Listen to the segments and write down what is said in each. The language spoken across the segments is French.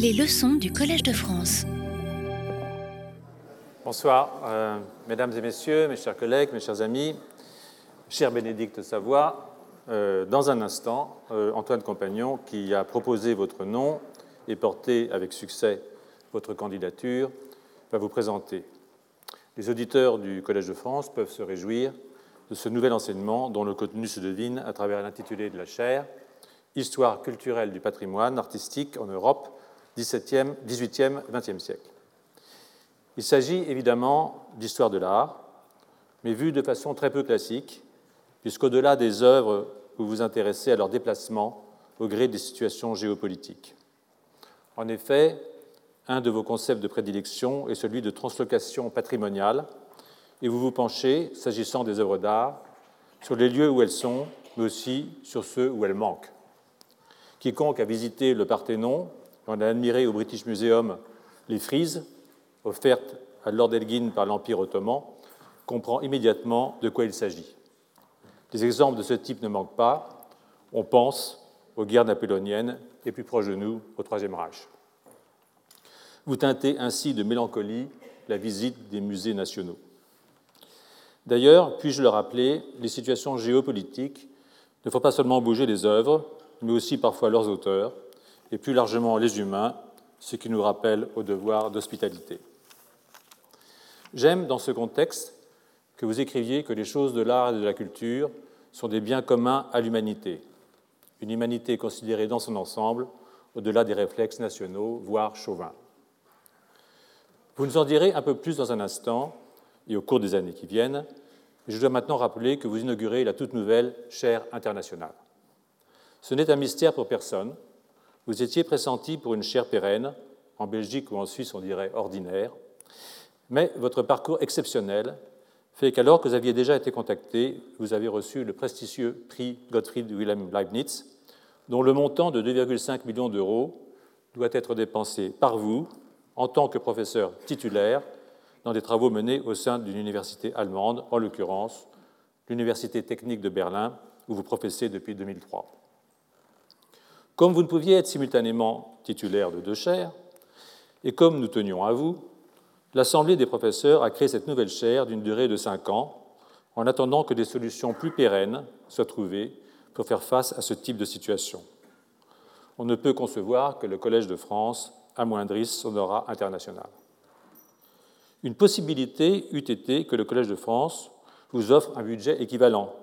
Les leçons du Collège de France. Bonsoir, mesdames et messieurs, mes chers collègues, mes chers amis, cher Bénédicte Savoie. Dans un instant, Antoine Compagnon, qui a proposé votre nom et porté avec succès votre candidature, va vous présenter. Les auditeurs du Collège de France peuvent se réjouir de ce nouvel enseignement dont le contenu se devine à travers l'intitulé de la chaire « Histoire culturelle du patrimoine artistique en Europe, 18e, 20e siècle ». Il s'agit évidemment d'histoire de l'art, mais vue de façon très peu classique, puisqu'au-delà des œuvres, vous vous intéressez à leur déplacement au gré des situations géopolitiques. En effet, un de vos concepts de prédilection est celui de translocation patrimoniale, et vous vous penchez, s'agissant des œuvres d'art, sur les lieux où elles sont, mais aussi sur ceux où elles manquent. Quiconque a visité le Parthénon, et en a admiré au British Museum les frises offertes à Lord Elgin par l'Empire ottoman, comprend immédiatement de quoi il s'agit. Des exemples de ce type ne manquent pas. On pense aux guerres napoléoniennes et plus proche de nous, au Troisième Reich. Vous teintez ainsi de mélancolie la visite des musées nationaux. D'ailleurs, puis-je le rappeler, les situations géopolitiques ne font pas seulement bouger les œuvres, mais aussi parfois leurs auteurs, et plus largement les humains, ce qui nous rappelle au devoir d'hospitalité. J'aime, dans ce contexte, que vous écriviez que les choses de l'art et de la culture sont des biens communs à l'humanité, une humanité considérée dans son ensemble, au-delà des réflexes nationaux, voire chauvins. Vous nous en direz un peu plus dans un instant, et au cours des années qui viennent, et je dois maintenant rappeler que vous inaugurez la toute nouvelle chaire internationale. Ce n'est un mystère pour personne. Vous étiez pressenti pour une chaire pérenne, en Belgique ou en Suisse on dirait ordinaire, mais votre parcours exceptionnel fait qu'alors que vous aviez déjà été contacté, vous avez reçu le prestigieux prix Gottfried Wilhelm Leibniz, dont le montant de 2,5 millions d'euros doit être dépensé par vous en tant que professeur titulaire dans des travaux menés au sein d'une université allemande, en l'occurrence l'Université technique de Berlin, où vous professez depuis 2003. Comme vous ne pouviez être simultanément titulaire de deux chaires, et comme nous tenions à vous, l'Assemblée des professeurs a créé cette nouvelle chaire d'une durée de 5 ans, en attendant que des solutions plus pérennes soient trouvées pour faire face à ce type de situation. On ne peut concevoir que le Collège de France amoindrisse son aura international. Une possibilité eût été que le Collège de France vous offre un budget équivalent,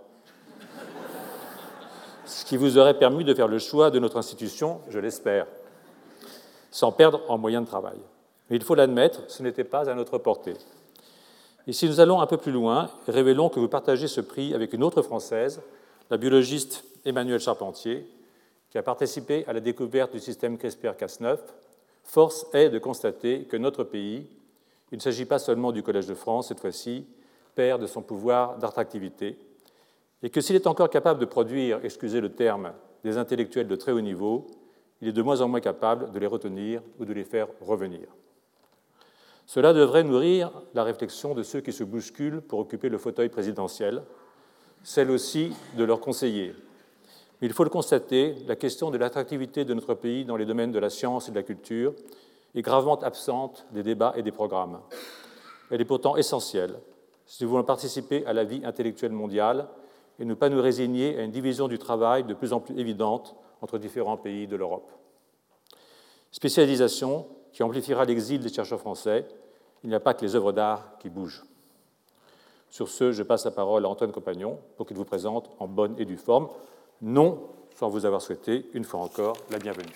ce qui vous aurait permis de faire le choix de notre institution, je l'espère, sans perdre en moyens de travail. Mais il faut l'admettre, ce n'était pas à notre portée. Et si nous allons un peu plus loin, révélons que vous partagez ce prix avec une autre Française, la biologiste Emmanuelle Charpentier, qui a participé à la découverte du système CRISPR-Cas9, force est de constater que notre pays, il ne s'agit pas seulement du Collège de France, cette fois-ci, perd de son pouvoir d'attractivité, et que s'il est encore capable de produire, excusez le terme, des intellectuels de très haut niveau, il est de moins en moins capable de les retenir ou de les faire revenir. Cela devrait nourrir la réflexion de ceux qui se bousculent pour occuper le fauteuil présidentiel, celle aussi de leurs conseillers. Mais il faut le constater, la question de l'attractivité de notre pays dans les domaines de la science et de la culture est gravement absente des débats et des programmes. Elle est pourtant essentielle si nous voulons participer à la vie intellectuelle mondiale et ne pas nous résigner à une division du travail de plus en plus évidente entre différents pays de l'Europe. Spécialisation qui amplifiera l'exil des chercheurs français. Il n'y a pas que les œuvres d'art qui bougent. Sur ce, je passe la parole à Antoine Compagnon pour qu'il vous présente en bonne et due forme, non sans vous avoir souhaité, une fois encore, la bienvenue.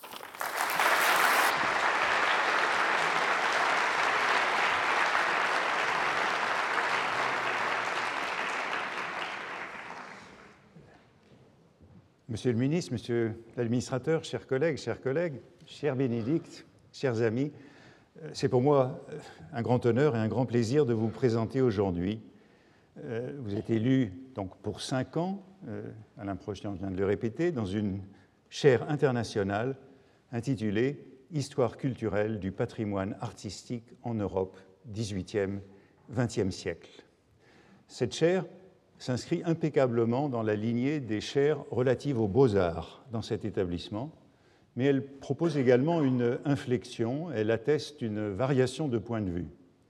Monsieur le ministre, monsieur l'administrateur, chers collègues, chère Bénédicte, chers amis, c'est pour moi un grand honneur et un grand plaisir de vous présenter aujourd'hui. Vous êtes élu donc pour 5 ans, Alain Prochtian vient de le répéter, dans une chaire internationale intitulée « Histoire culturelle du patrimoine artistique en Europe, 18e, 20e siècle ». Cette chaire s'inscrit impeccablement dans la lignée des chaires relatives aux beaux-arts dans cet établissement, mais elle propose également une inflexion, elle atteste une variation de point de vue.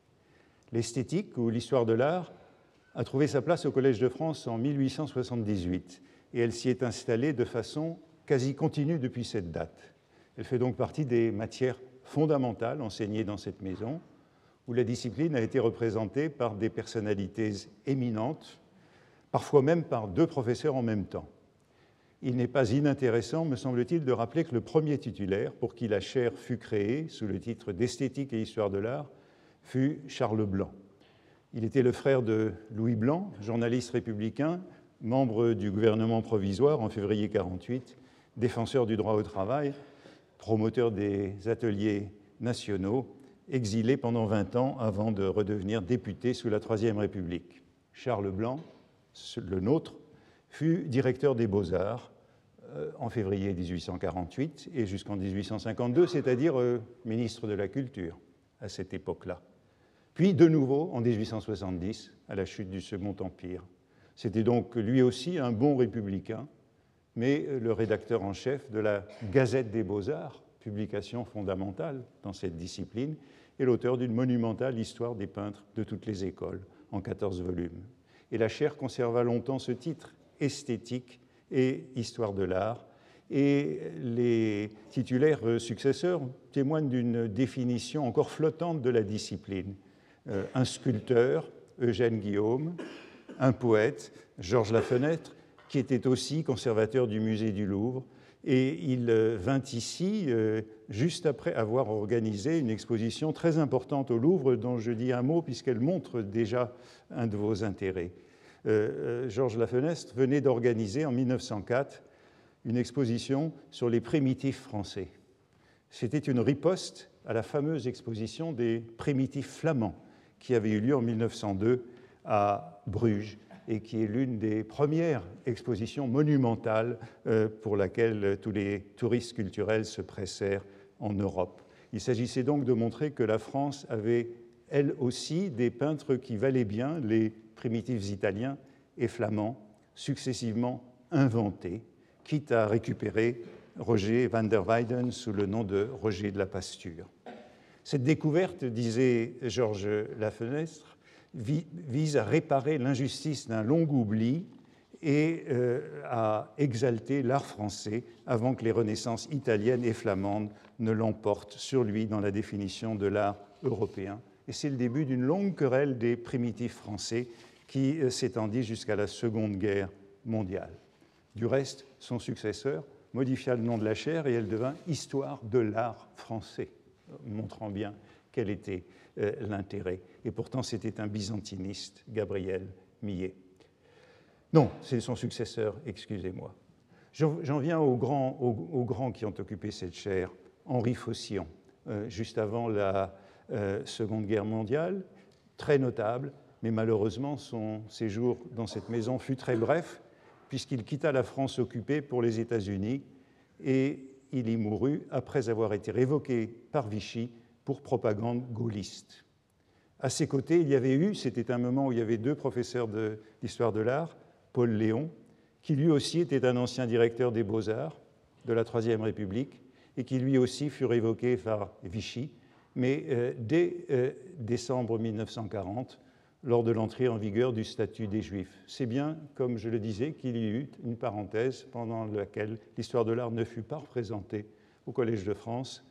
L'esthétique ou l'histoire de l'art a trouvé sa place au Collège de France en 1878 et elle s'y est installée de façon quasi continue depuis cette date. Elle fait donc partie des matières fondamentales enseignées dans cette maison, où la discipline a été représentée par des personnalités éminentes, parfois même par 2 professeurs en même temps. Il n'est pas inintéressant, me semble-t-il, de rappeler que le premier titulaire pour qui la chaire fut créée, sous le titre d'Esthétique et Histoire de l'art, fut Charles Blanc. Il était le frère de Louis Blanc, journaliste républicain, membre du gouvernement provisoire en février 1948, défenseur du droit au travail, promoteur des ateliers nationaux, exilé pendant 20 ans avant de redevenir député sous la Troisième République. Charles Blanc, le nôtre, fut directeur des Beaux-Arts en février 1848 et jusqu'en 1852, c'est-à-dire ministre de la Culture à cette époque-là. Puis de nouveau en 1870, à la chute du Second Empire. C'était donc lui aussi un bon républicain, mais le rédacteur en chef de la Gazette des Beaux-Arts, publication fondamentale dans cette discipline, et l'auteur d'une monumentale histoire des peintres de toutes les écoles, en 14 volumes. Et la chaire conserva longtemps ce titre, Esthétique et Histoire de l'art, et les titulaires successeurs témoignent d'une définition encore flottante de la discipline. Un sculpteur, Eugène Guillaume, un poète, Georges Lafenêtre, qui était aussi conservateur du musée du Louvre, et il vint ici juste après avoir organisé une exposition très importante au Louvre, dont je dis un mot puisqu'elle montre déjà un de vos intérêts. Georges Lafenêtre venait d'organiser en 1904 une exposition sur les primitifs français. C'était une riposte à la fameuse exposition des primitifs flamands qui avait eu lieu en 1902 à Bruges et qui est l'une des premières expositions monumentales pour laquelle tous les touristes culturels se pressèrent en Europe. Il s'agissait donc de montrer que la France avait, elle aussi, des peintres qui valaient bien les primitifs italiens et flamands, successivement inventés, quitte à récupérer Roger van der Weyden sous le nom de Roger de la Pasture. Cette découverte, disait Georges Lafenêtre, vise à réparer l'injustice d'un long oubli et à exalter l'art français avant que les renaissances italiennes et flamandes ne l'emportent sur lui dans la définition de l'art européen. Et c'est le début d'une longue querelle des primitifs français qui s'étendit jusqu'à la Seconde Guerre mondiale. Du reste, son successeur modifia le nom de la chaire et elle devint Histoire de l'art français, montrant bien quel était l'intérêt. Et pourtant, c'était un byzantiniste, Gabriel Millet. Non, c'est son successeur, excusez-moi. J'en viens aux grands qui ont occupé cette chaire. Henri Faucillon, juste avant la Seconde Guerre mondiale, très notable, mais malheureusement, son séjour dans cette maison fut très bref, puisqu'il quitta la France occupée pour les États-Unis et il y mourut après avoir été révoqué par Vichy pour propagande gaulliste. À ses côtés, il y avait eu, c'était un moment où il y avait 2 professeurs d'histoire de l'art, Paul Léon, qui lui aussi était un ancien directeur des Beaux-Arts de la Troisième République et qui lui aussi fut révoqué par Vichy, mais dès décembre 1940, lors de l'entrée en vigueur du statut des Juifs. C'est bien, comme je le disais, qu'il y eut une parenthèse pendant laquelle l'histoire de l'art ne fut pas représentée au Collège de France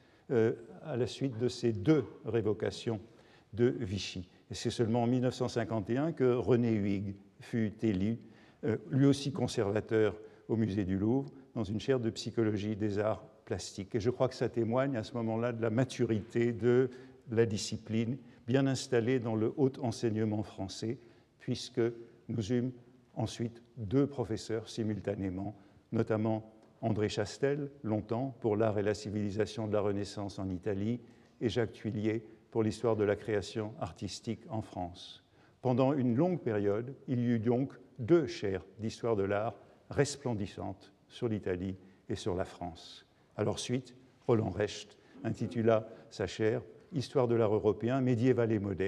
à la suite de ces 2 révocations de Vichy. Et c'est seulement en 1951 que René Huyghe fut élu, lui aussi conservateur au musée du Louvre, dans une chaire de psychologie des arts plastiques. Et je crois que ça témoigne à ce moment-là de la maturité de la discipline, bien installée dans le haut enseignement français, puisque nous eûmes ensuite 2 professeurs simultanément, notamment André Chastel, longtemps, pour l'art et la civilisation de la Renaissance en Italie, et Jacques Tuillier pour l'histoire de la création artistique en France. Pendant une longue période, il y eut donc 2 chaires d'histoire de l'art resplendissantes sur l'Italie et sur la France. À leur suite, Roland Recht intitula sa chaire « Histoire de l'art européen, médiéval et moderne »,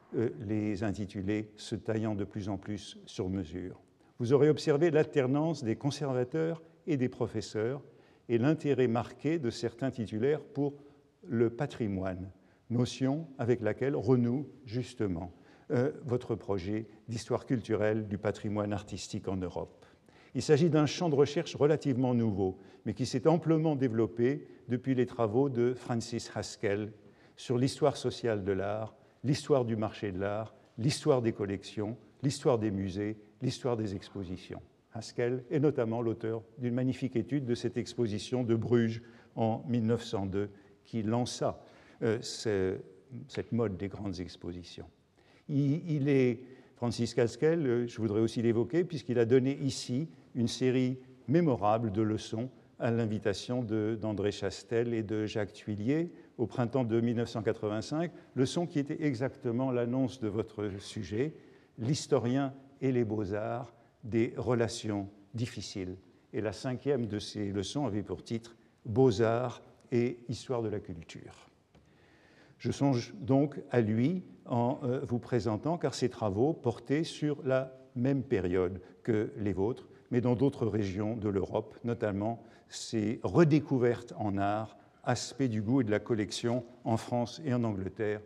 les intitulés se taillant de plus en plus sur mesure. Vous aurez observé l'alternance des conservateurs et des professeurs et l'intérêt marqué de certains titulaires pour le patrimoine, notion avec laquelle renoue justement votre projet d'histoire culturelle du patrimoine artistique en Europe. Il s'agit d'un champ de recherche relativement nouveau, mais qui s'est amplement développé depuis les travaux de Francis Haskell sur l'histoire sociale de l'art, l'histoire du marché de l'art, l'histoire des collections, l'histoire des musées, l'histoire des expositions. Haskell est notamment l'auteur d'une magnifique étude de cette exposition de Bruges en 1902 qui lança cette mode des grandes expositions. Il est, Francis Haskell, je voudrais aussi l'évoquer, puisqu'il a donné ici une série mémorable de leçons à l'invitation d'André Chastel et de Jacques Thuillier au printemps de 1985, leçons qui étaient exactement l'annonce de votre sujet, l'historien et les beaux-arts, des relations difficiles. Et la 5e de ces leçons avait pour titre « Beaux-arts et histoire de la culture ». Je songe donc à lui en vous présentant, car ses travaux portaient sur la même période que les vôtres, mais dans d'autres régions de l'Europe, notamment ces redécouvertes en art, aspects du goût et de la collection en France et en Angleterre,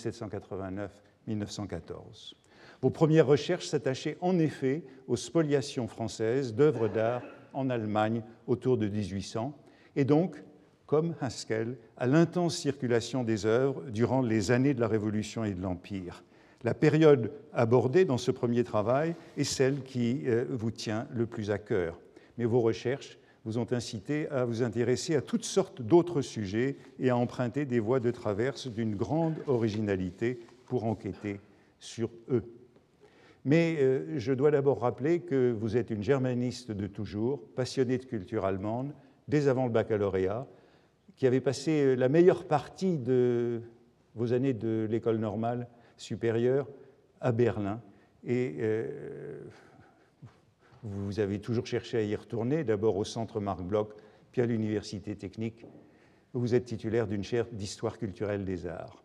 1789-1914. Vos premières recherches s'attachaient en effet aux spoliations françaises d'œuvres d'art en Allemagne autour de 1800, et donc, comme Haskell, à l'intense circulation des œuvres durant les années de la Révolution et de l'Empire. La période abordée dans ce premier travail est celle qui vous tient le plus à cœur. Mais vos recherches vous ont incité à vous intéresser à toutes sortes d'autres sujets et à emprunter des voies de traverse d'une grande originalité pour enquêter sur eux. Mais je dois d'abord rappeler que vous êtes une germaniste de toujours, passionnée de culture allemande, dès avant le baccalauréat, qui avait passé la meilleure partie de vos années de l'école normale supérieure à Berlin. Et vous avez toujours cherché à y retourner, d'abord au centre Marc Bloch, puis à l'université technique, où vous êtes titulaire d'une chaire d'histoire culturelle des arts.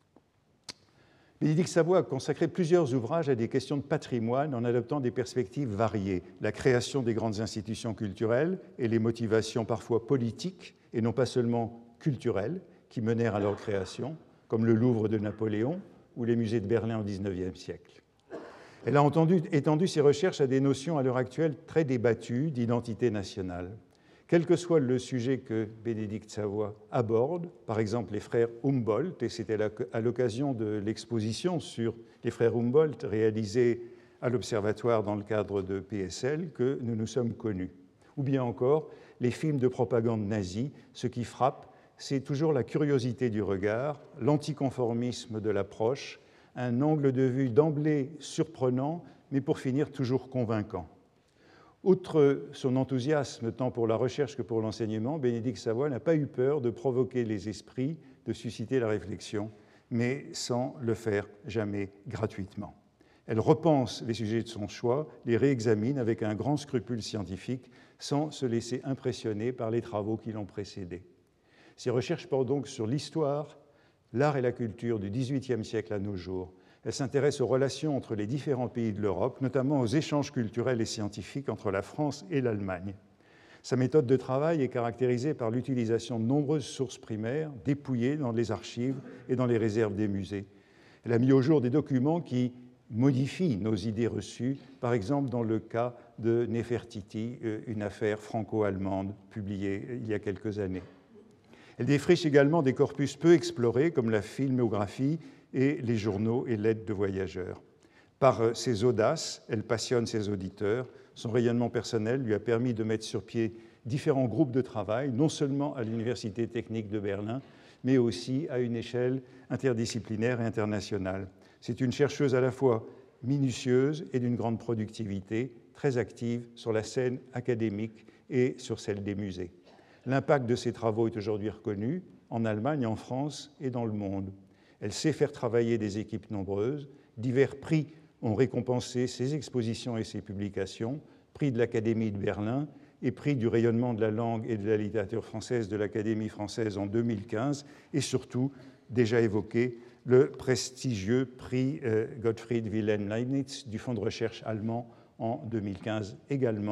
Bénédicte Savoie a consacré plusieurs ouvrages à des questions de patrimoine en adoptant des perspectives variées. La création des grandes institutions culturelles et les motivations parfois politiques, et non pas seulement culturelles, qui menèrent à leur création, comme le Louvre de Napoléon ou les musées de Berlin au XIXe siècle. Elle a étendu ses recherches à des notions à l'heure actuelle très débattues d'identité nationale. Quel que soit le sujet que Bénédicte Savoie aborde, par exemple les frères Humboldt, et c'était à l'occasion de l'exposition sur les frères Humboldt réalisée à l'Observatoire dans le cadre de PSL que nous nous sommes connus. Ou bien encore les films de propagande nazie, ce qui frappe, c'est toujours la curiosité du regard, l'anticonformisme de l'approche, un angle de vue d'emblée surprenant, mais pour finir toujours convaincant. Outre son enthousiasme tant pour la recherche que pour l'enseignement, Bénédicte Savoie n'a pas eu peur de provoquer les esprits, de susciter la réflexion, mais sans le faire jamais gratuitement. Elle repense les sujets de son choix, les réexamine avec un grand scrupule scientifique, sans se laisser impressionner par les travaux qui l'ont précédé. Ses recherches portent donc sur l'histoire, l'art et la culture du XVIIIe siècle à nos jours. Elle s'intéresse aux relations entre les différents pays de l'Europe, notamment aux échanges culturels et scientifiques entre la France et l'Allemagne. Sa méthode de travail est caractérisée par l'utilisation de nombreuses sources primaires, dépouillées dans les archives et dans les réserves des musées. Elle a mis au jour des documents qui modifient nos idées reçues, par exemple dans le cas de Nefertiti, une affaire franco-allemande publiée il y a quelques années. Elle défriche également des corpus peu explorés, comme la filmographie et les journaux et lettres de voyageurs. Par ses audaces, elle passionne ses auditeurs. Son rayonnement personnel lui a permis de mettre sur pied différents groupes de travail, non seulement à l'Université technique de Berlin, mais aussi à une échelle interdisciplinaire et internationale. C'est une chercheuse à la fois minutieuse et d'une grande productivité, très active sur la scène académique et sur celle des musées. L'impact de ses travaux est aujourd'hui reconnu en Allemagne, en France et dans le monde. Elle sait faire travailler des équipes nombreuses. Divers prix ont récompensé ses expositions et ses publications, prix de l'Académie de Berlin et prix du rayonnement de la langue et de la littérature française de l'Académie française en 2015, et surtout, déjà évoqué, le prestigieux prix Gottfried Wilhelm Leibniz du Fonds de recherche allemand en 2015, également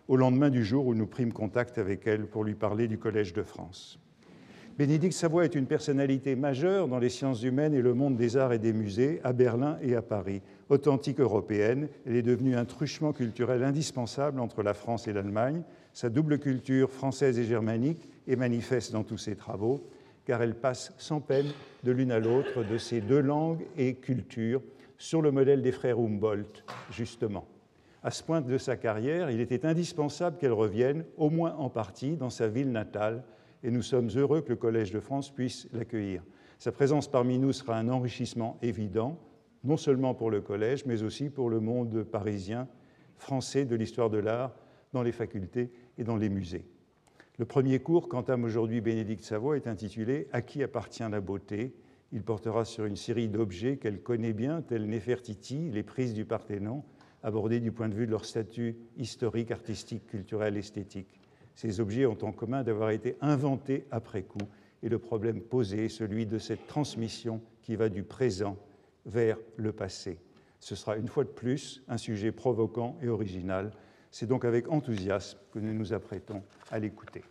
au lendemain du jour où nous prîmes contact avec elle pour lui parler du Collège de France. Bénédicte Savoie est une personnalité majeure dans les sciences humaines et le monde des arts et des musées, à Berlin et à Paris. Authentique européenne, elle est devenue un truchement culturel indispensable entre la France et l'Allemagne. Sa double culture française et germanique est manifeste dans tous ses travaux, car elle passe sans peine de l'une à l'autre de ces deux langues et cultures, sur le modèle des frères Humboldt, justement. À ce point de sa carrière, il était indispensable qu'elle revienne, au moins en partie, dans sa ville natale, et nous sommes heureux que le Collège de France puisse l'accueillir. Sa présence parmi nous sera un enrichissement évident, non seulement pour le Collège, mais aussi pour le monde parisien, français de l'histoire de l'art, dans les facultés et dans les musées. Le premier cours qu'entame aujourd'hui Bénédicte Savoie est intitulé « À qui appartient la beauté ?» Il portera sur une série d'objets qu'elle connaît bien, tels Néfertiti, les prises du Parthénon, abordés du point de vue de leur statut historique, artistique, culturel, esthétique. Ces objets ont en commun d'avoir été inventés après coup, et le problème posé est celui de cette transmission qui va du présent vers le passé. Ce sera une fois de plus un sujet provoquant et original. C'est donc avec enthousiasme que nous nous apprêtons à l'écouter.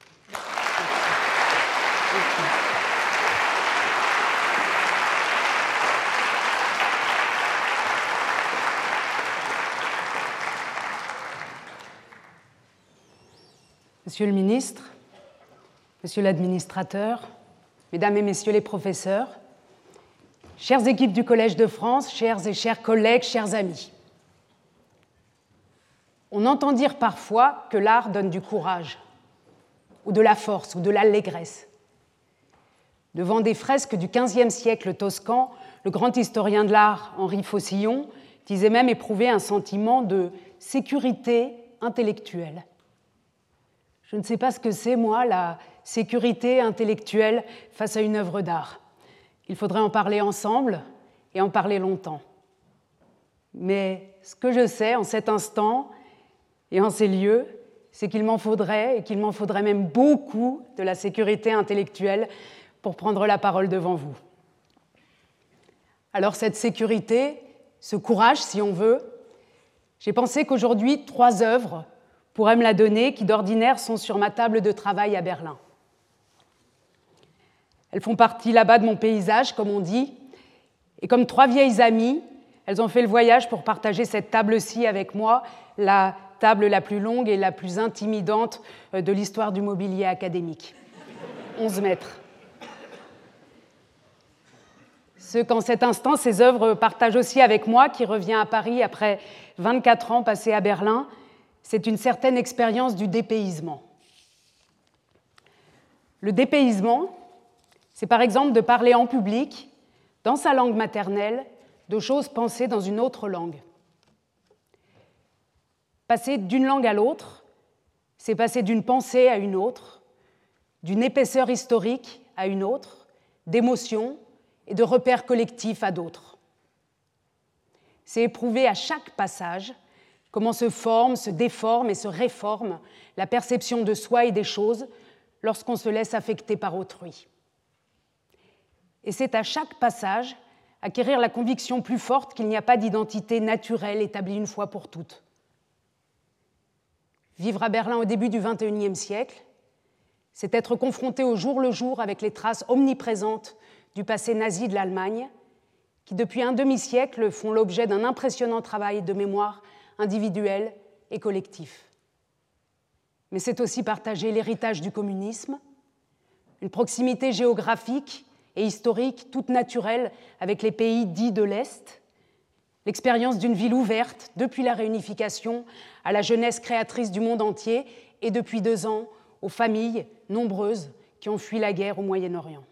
Monsieur le ministre, monsieur l'administrateur, mesdames et messieurs les professeurs, chères équipes du Collège de France, chers et chers collègues, chers amis. On entend dire parfois que l'art donne du courage, ou de la force, ou de l'allégresse. Devant des fresques du XVe siècle toscan, le grand historien de l'art Henri Faucillon disait même éprouver un sentiment de sécurité intellectuelle. Je ne sais pas ce que c'est, moi, la sécurité intellectuelle face à une œuvre d'art. Il faudrait en parler ensemble et en parler longtemps. Mais ce que je sais en cet instant et en ces lieux, c'est qu'il m'en faudrait, et qu'il m'en faudrait même beaucoup, de la sécurité intellectuelle pour prendre la parole devant vous. Alors cette sécurité, ce courage, si on veut, j'ai pensé qu'aujourd'hui, 3 œuvres pourraient me la donner, qui d'ordinaire sont sur ma table de travail à Berlin. Elles font partie là-bas de mon paysage, comme on dit, et comme 3 vieilles amies, elles ont fait le voyage pour partager cette table-ci avec moi, la table la plus longue et la plus intimidante de l'histoire du mobilier académique. 11 mètres. Ce qu'en cet instant, ces œuvres partagent aussi avec moi, qui revient à Paris après 24 ans passés à Berlin, c'est une certaine expérience du dépaysement. Le dépaysement, c'est par exemple de parler en public, dans sa langue maternelle, de choses pensées dans une autre langue. Passer d'une langue à l'autre, c'est passer d'une pensée à une autre, d'une épaisseur historique à une autre, d'émotions et de repères collectifs à d'autres. C'est éprouver à chaque passage comment se forme, se déforme et se réforme la perception de soi et des choses lorsqu'on se laisse affecter par autrui. Et c'est à chaque passage acquérir la conviction plus forte qu'il n'y a pas d'identité naturelle établie une fois pour toutes. Vivre à Berlin au début du XXIe siècle, c'est être confronté au jour le jour avec les traces omniprésentes du passé nazi de l'Allemagne, qui depuis un demi-siècle font l'objet d'un impressionnant travail de mémoire individuel et collectif. Mais c'est aussi partager l'héritage du communisme, une proximité géographique et historique toute naturelle avec les pays dits de l'Est, l'expérience d'une ville ouverte depuis la réunification à la jeunesse créatrice du monde entier et depuis 2 ans aux familles nombreuses qui ont fui la guerre au Moyen-Orient.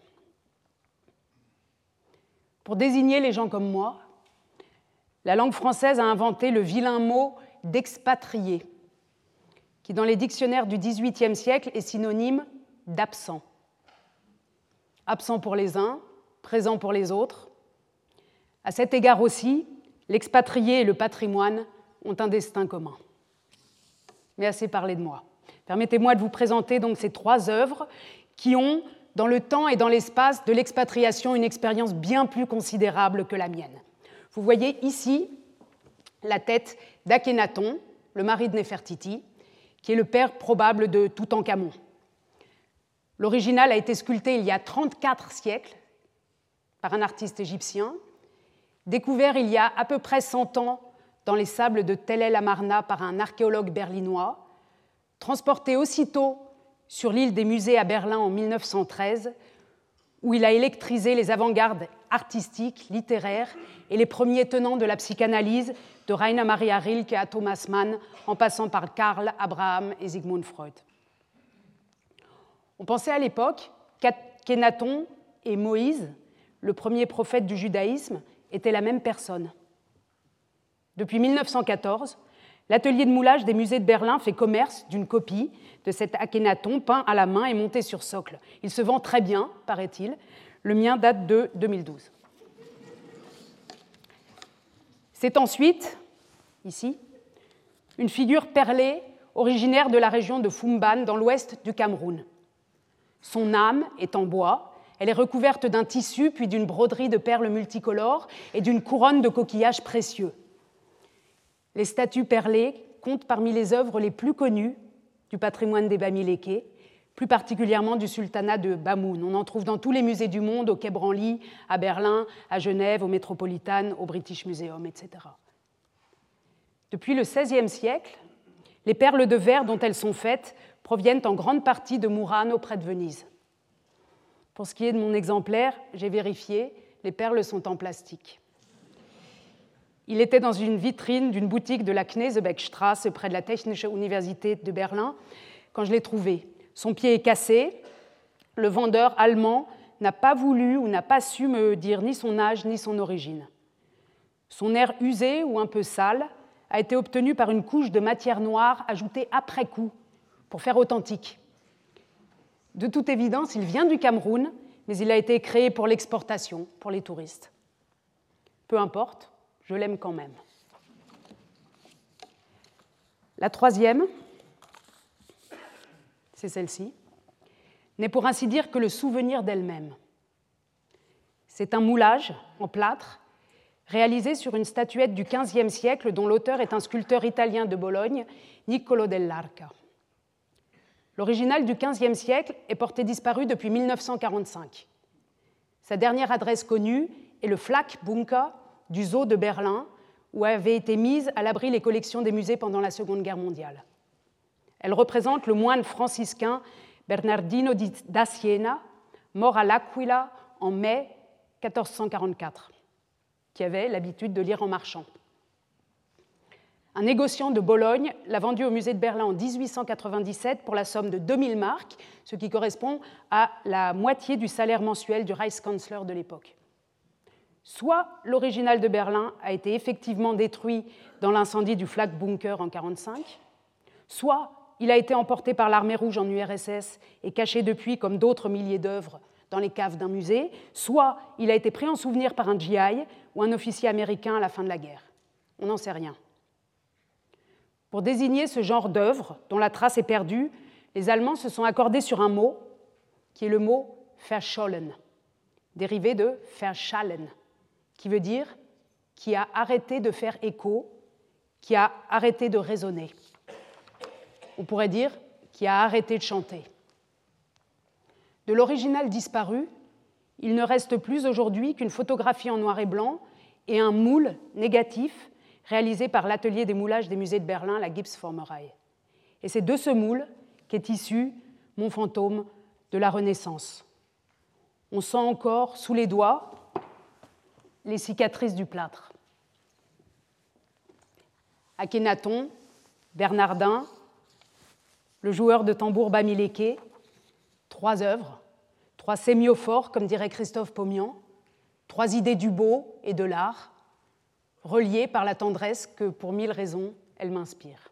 Pour désigner les gens comme moi, la langue française a inventé le vilain mot d'expatrié, qui dans les dictionnaires du XVIIIe siècle est synonyme d'absent. Absent pour les uns, présent pour les autres. À cet égard aussi, l'expatrié et le patrimoine ont un destin commun. Mais assez parlé de moi. Permettez-moi de vous présenter donc ces 3 œuvres qui ont, dans le temps et dans l'espace de l'expatriation, une expérience bien plus considérable que la mienne. Vous voyez ici la tête d'Akhénaton, le mari de Néfertiti, qui est le père probable de Toutankhamon. L'original a été sculpté il y a 34 siècles par un artiste égyptien, découvert il y a à peu près 100 ans dans les sables de Tel El Amarna par un archéologue berlinois, transporté aussitôt sur l'île des musées à Berlin en 1913, où il a électrisé les avant-gardes artistiques, littéraires et les premiers tenants de la psychanalyse, de Rainer Maria Rilke à Thomas Mann, en passant par Karl, Abraham et Sigmund Freud. On pensait à l'époque qu'Akhénaton et Moïse, le premier prophète du judaïsme, étaient la même personne. Depuis 1914, l'atelier de moulage des musées de Berlin fait commerce d'une copie de cet Akhénaton peint à la main et monté sur socle. Il se vend très bien, paraît-il. Le mien date de 2012. C'est ensuite, ici, une figure perlée originaire de la région de Fumban, dans l'ouest du Cameroun. Son âme est en bois, elle est recouverte d'un tissu, puis d'une broderie de perles multicolores et d'une couronne de coquillages précieux. Les statues perlées comptent parmi les œuvres les plus connues du patrimoine des Bamilékés, plus particulièrement du sultanat de Bamoun. On en trouve dans tous les musées du monde, au Quai Branly, à Berlin, à Genève, au Metropolitan, au British Museum, etc. Depuis le XVIe siècle, les perles de verre dont elles sont faites proviennent en grande partie de Murano, près de Venise. Pour ce qui est de mon exemplaire, j'ai vérifié, les perles sont en plastique. Il était dans une vitrine d'une boutique de la Knesebeckstraße, près de la Technische Universität de Berlin, quand je l'ai trouvé. Son pied est cassé. Le vendeur allemand n'a pas voulu ou n'a pas su me dire ni son âge ni son origine. Son air usé ou un peu sale a été obtenu par une couche de matière noire ajoutée après coup pour faire authentique. De toute évidence, il vient du Cameroun, mais il a été créé pour l'exportation, pour les touristes. Peu importe, je l'aime quand même. La troisième, c'est celle-ci, n'est pour ainsi dire que le souvenir d'elle-même. C'est un moulage en plâtre réalisé sur une statuette du XVe siècle dont l'auteur est un sculpteur italien de Bologne, Niccolò dell'Arca. L'original du XVe siècle est porté disparu depuis 1945. Sa dernière adresse connue est le Flakbunker du Zoo de Berlin, où avaient été mises à l'abri les collections des musées pendant la Seconde Guerre mondiale. Elle représente le moine franciscain Bernardino da Siena, mort à L'Aquila en mai 1444, qui avait l'habitude de lire en marchant. Un négociant de Bologne l'a vendu au musée de Berlin en 1897 pour la somme de 2000 marks, ce qui correspond à la moitié du salaire mensuel du Reichskanzler de l'époque. Soit l'original de Berlin a été effectivement détruit dans l'incendie du Flakbunker en 1945, soit il a été emporté par l'armée rouge en URSS et caché depuis, comme d'autres milliers d'œuvres, dans les caves d'un musée, soit il a été pris en souvenir par un GI ou un officier américain à la fin de la guerre. On n'en sait rien. Pour désigner ce genre d'œuvre dont la trace est perdue, les Allemands se sont accordés sur un mot qui est le mot verschollen, dérivé de verschallen, qui veut dire qui a arrêté de faire écho, qui a arrêté de résonner. On pourrait dire qui a arrêté de chanter. De l'original disparu, il ne reste plus aujourd'hui qu'une photographie en noir et blanc et un moule négatif réalisé par l'atelier des moulages des musées de Berlin, la Gipsformerei. Et c'est de ce moule qu'est issu mon fantôme de la Renaissance. On sent encore sous les doigts les cicatrices du plâtre. Akhénaton, Bernardin, le joueur de tambour Bamiléké, 3 œuvres, 3 sémiophores, comme dirait Christophe Paumian, 3 idées du beau et de l'art, reliées par la tendresse que, pour 1000 raisons, elles m'inspirent.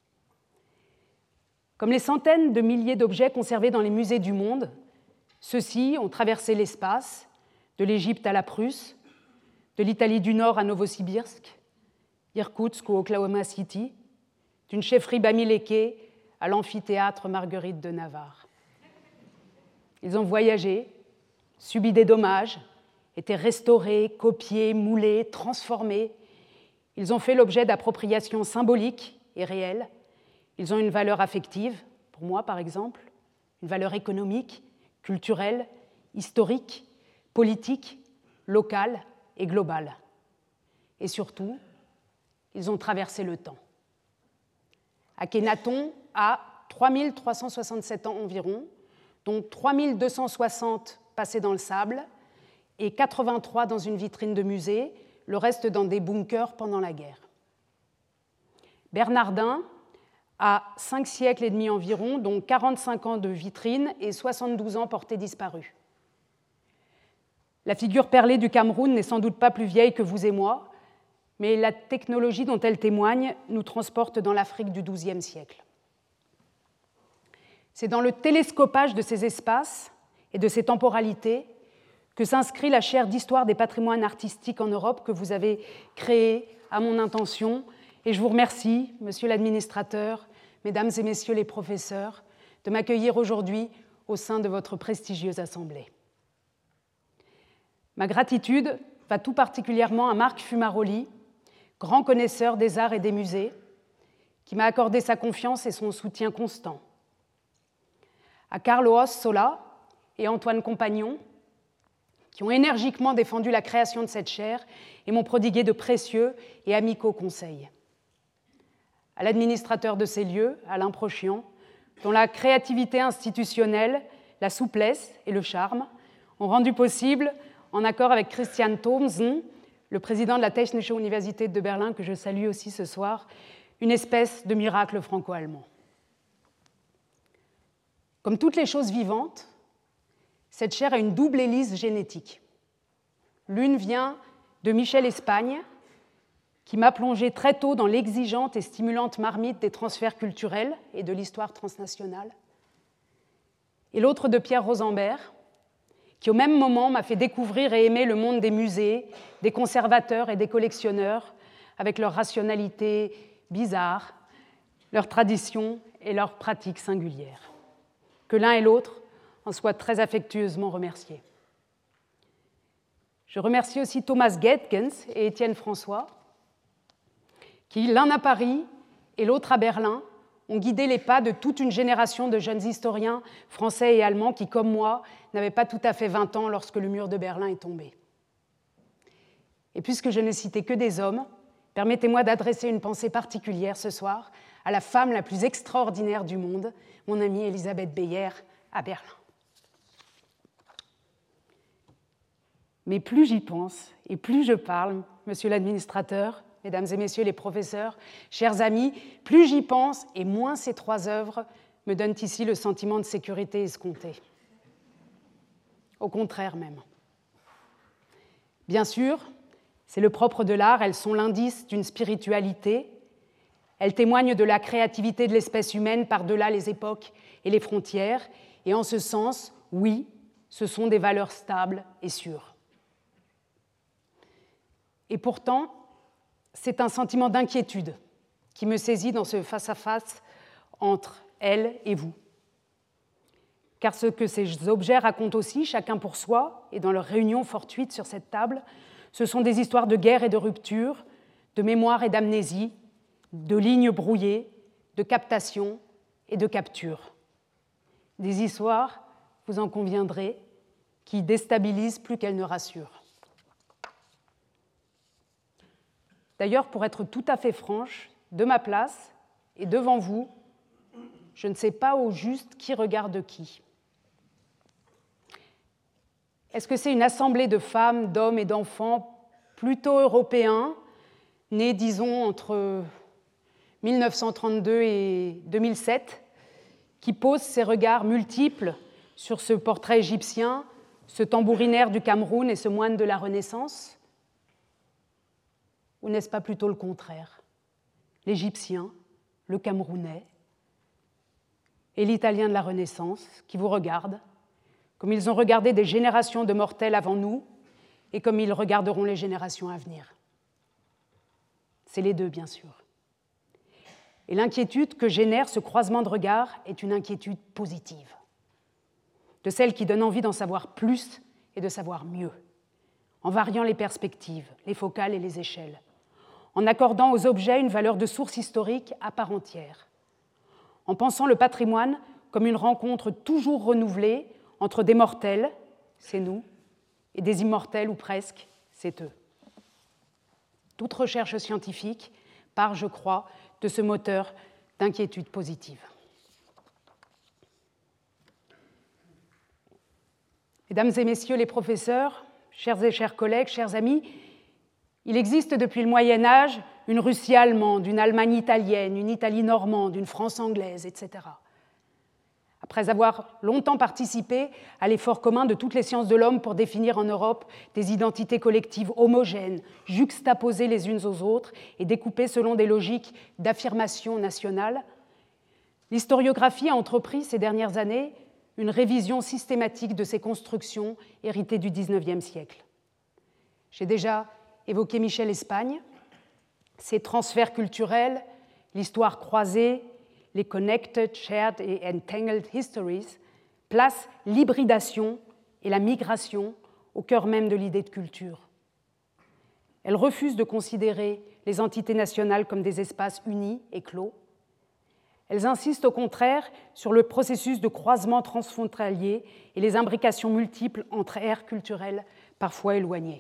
Comme les centaines de milliers d'objets conservés dans les musées du monde, ceux-ci ont traversé l'espace, de l'Égypte à la Prusse, de l'Italie du Nord à Novosibirsk, Irkoutsk ou Oklahoma City, d'une chefferie Bamiléké à l'amphithéâtre Marguerite de Navarre. Ils ont voyagé, subi des dommages, été restaurés, copiés, moulés, transformés. Ils ont fait l'objet d'appropriations symboliques et réelles. Ils ont une valeur affective, pour moi par exemple, une valeur économique, culturelle, historique, politique, locale et globale. Et surtout, ils ont traversé le temps. Akhenaton a 3367 ans environ, dont 3260 passés dans le sable et 83 dans une vitrine de musée, le reste dans des bunkers pendant la guerre. Bernardin a 5 siècles et demi environ, dont 45 ans de vitrine et 72 ans portés disparus. La figure perlée du Cameroun n'est sans doute pas plus vieille que vous et moi, mais la technologie dont elle témoigne nous transporte dans l'Afrique du XIIe siècle. C'est dans le télescopage de ces espaces et de ces temporalités que s'inscrit la chaire d'histoire des patrimoines artistiques en Europe que vous avez créée à mon intention. Et je vous remercie, monsieur l'administrateur, mesdames et messieurs les professeurs, de m'accueillir aujourd'hui au sein de votre prestigieuse assemblée. Ma gratitude va tout particulièrement à Marc Fumaroli, grand connaisseur des arts et des musées, qui m'a accordé sa confiance et son soutien constant. À Carlos Sola et Antoine Compagnon, qui ont énergiquement défendu la création de cette chaire et m'ont prodigué de précieux et amicaux conseils. À l'administrateur de ces lieux, Alain Prochian, dont la créativité institutionnelle, la souplesse et le charme ont rendu possible, en accord avec Christian Thomsen, le président de la Technische Universität de Berlin, que je salue aussi ce soir, une espèce de miracle franco-allemand. Comme toutes les choses vivantes, cette chaire a une double hélice génétique. L'une vient de Michel Espagne, qui m'a plongé très tôt dans l'exigeante et stimulante marmite des transferts culturels et de l'histoire transnationale. Et l'autre de Pierre Rosenberg, qui au même moment m'a fait découvrir et aimer le monde des musées, des conservateurs et des collectionneurs, avec leur rationalité bizarre, leurs traditions et leurs pratiques singulières. Que l'un et l'autre en soient très affectueusement remerciés. Je remercie aussi Thomas Getkens et Étienne François, qui, l'un à Paris et l'autre à Berlin, ont guidé les pas de toute une génération de jeunes historiens français et allemands qui, comme moi, n'avaient pas tout à fait 20 ans lorsque le mur de Berlin est tombé. Et puisque je ne citais que des hommes, permettez-moi d'adresser une pensée particulière ce soir à la femme la plus extraordinaire du monde, mon amie Elisabeth Beyer, à Berlin. Mais plus j'y pense et plus je parle, monsieur l'administrateur, mesdames et messieurs les professeurs, chers amis, plus j'y pense et moins ces 3 œuvres me donnent ici le sentiment de sécurité escompté. Au contraire même. Bien sûr, c'est le propre de l'art, elles sont l'indice d'une spiritualité, elles témoignent de la créativité de l'espèce humaine par-delà les époques et les frontières, et en ce sens, oui, ce sont des valeurs stables et sûres. Et pourtant, c'est un sentiment d'inquiétude qui me saisit dans ce face-à-face entre elles et vous. Car ce que ces objets racontent aussi, chacun pour soi, et dans leur réunion fortuite sur cette table, ce sont des histoires de guerre et de rupture, de mémoire et d'amnésie, de lignes brouillées, de captation et de capture. Des histoires, vous en conviendrez, qui déstabilisent plus qu'elles ne rassurent. D'ailleurs, pour être tout à fait franche, de ma place et devant vous, je ne sais pas au juste qui regarde qui. Est-ce que c'est une assemblée de femmes, d'hommes et d'enfants plutôt européens, nés, disons, entre 1932 et 2007, qui posent ces regards multiples sur ce portrait égyptien, ce tambourinaire du Cameroun et ce moine de la Renaissance ? Ou n'est-ce pas plutôt le contraire ? L'Égyptien, le Camerounais et l'Italien de la Renaissance qui vous regardent, comme ils ont regardé des générations de mortels avant nous et comme ils regarderont les générations à venir. C'est les deux, bien sûr. Et l'inquiétude que génère ce croisement de regards est une inquiétude positive, de celle qui donne envie d'en savoir plus et de savoir mieux, en variant les perspectives, les focales et les échelles, en accordant aux objets une valeur de source historique à part entière, en pensant le patrimoine comme une rencontre toujours renouvelée entre des mortels, c'est nous, et des immortels ou presque, c'est eux. Toute recherche scientifique part, je crois, de ce moteur d'inquiétude positive. Mesdames et messieurs les professeurs, chers et chers collègues, chers amis, il existe depuis le Moyen Âge une Russie allemande, une Allemagne italienne, une Italie normande, une France anglaise, etc. Après avoir longtemps participé à l'effort commun de toutes les sciences de l'homme pour définir en Europe des identités collectives homogènes, juxtaposées les unes aux autres et découpées selon des logiques d'affirmation nationale, l'historiographie a entrepris ces dernières années une révision systématique de ces constructions héritées du XIXe siècle. J'ai déjà évoqué Michel Espagne, ses transferts culturels, l'histoire croisée, les connected, shared et entangled histories, placent l'hybridation et la migration au cœur même de l'idée de culture. Elle refuse de considérer les entités nationales comme des espaces unis et clos. Elles insistent au contraire sur le processus de croisement transfrontalier et les imbrications multiples entre aires culturelles parfois éloignées.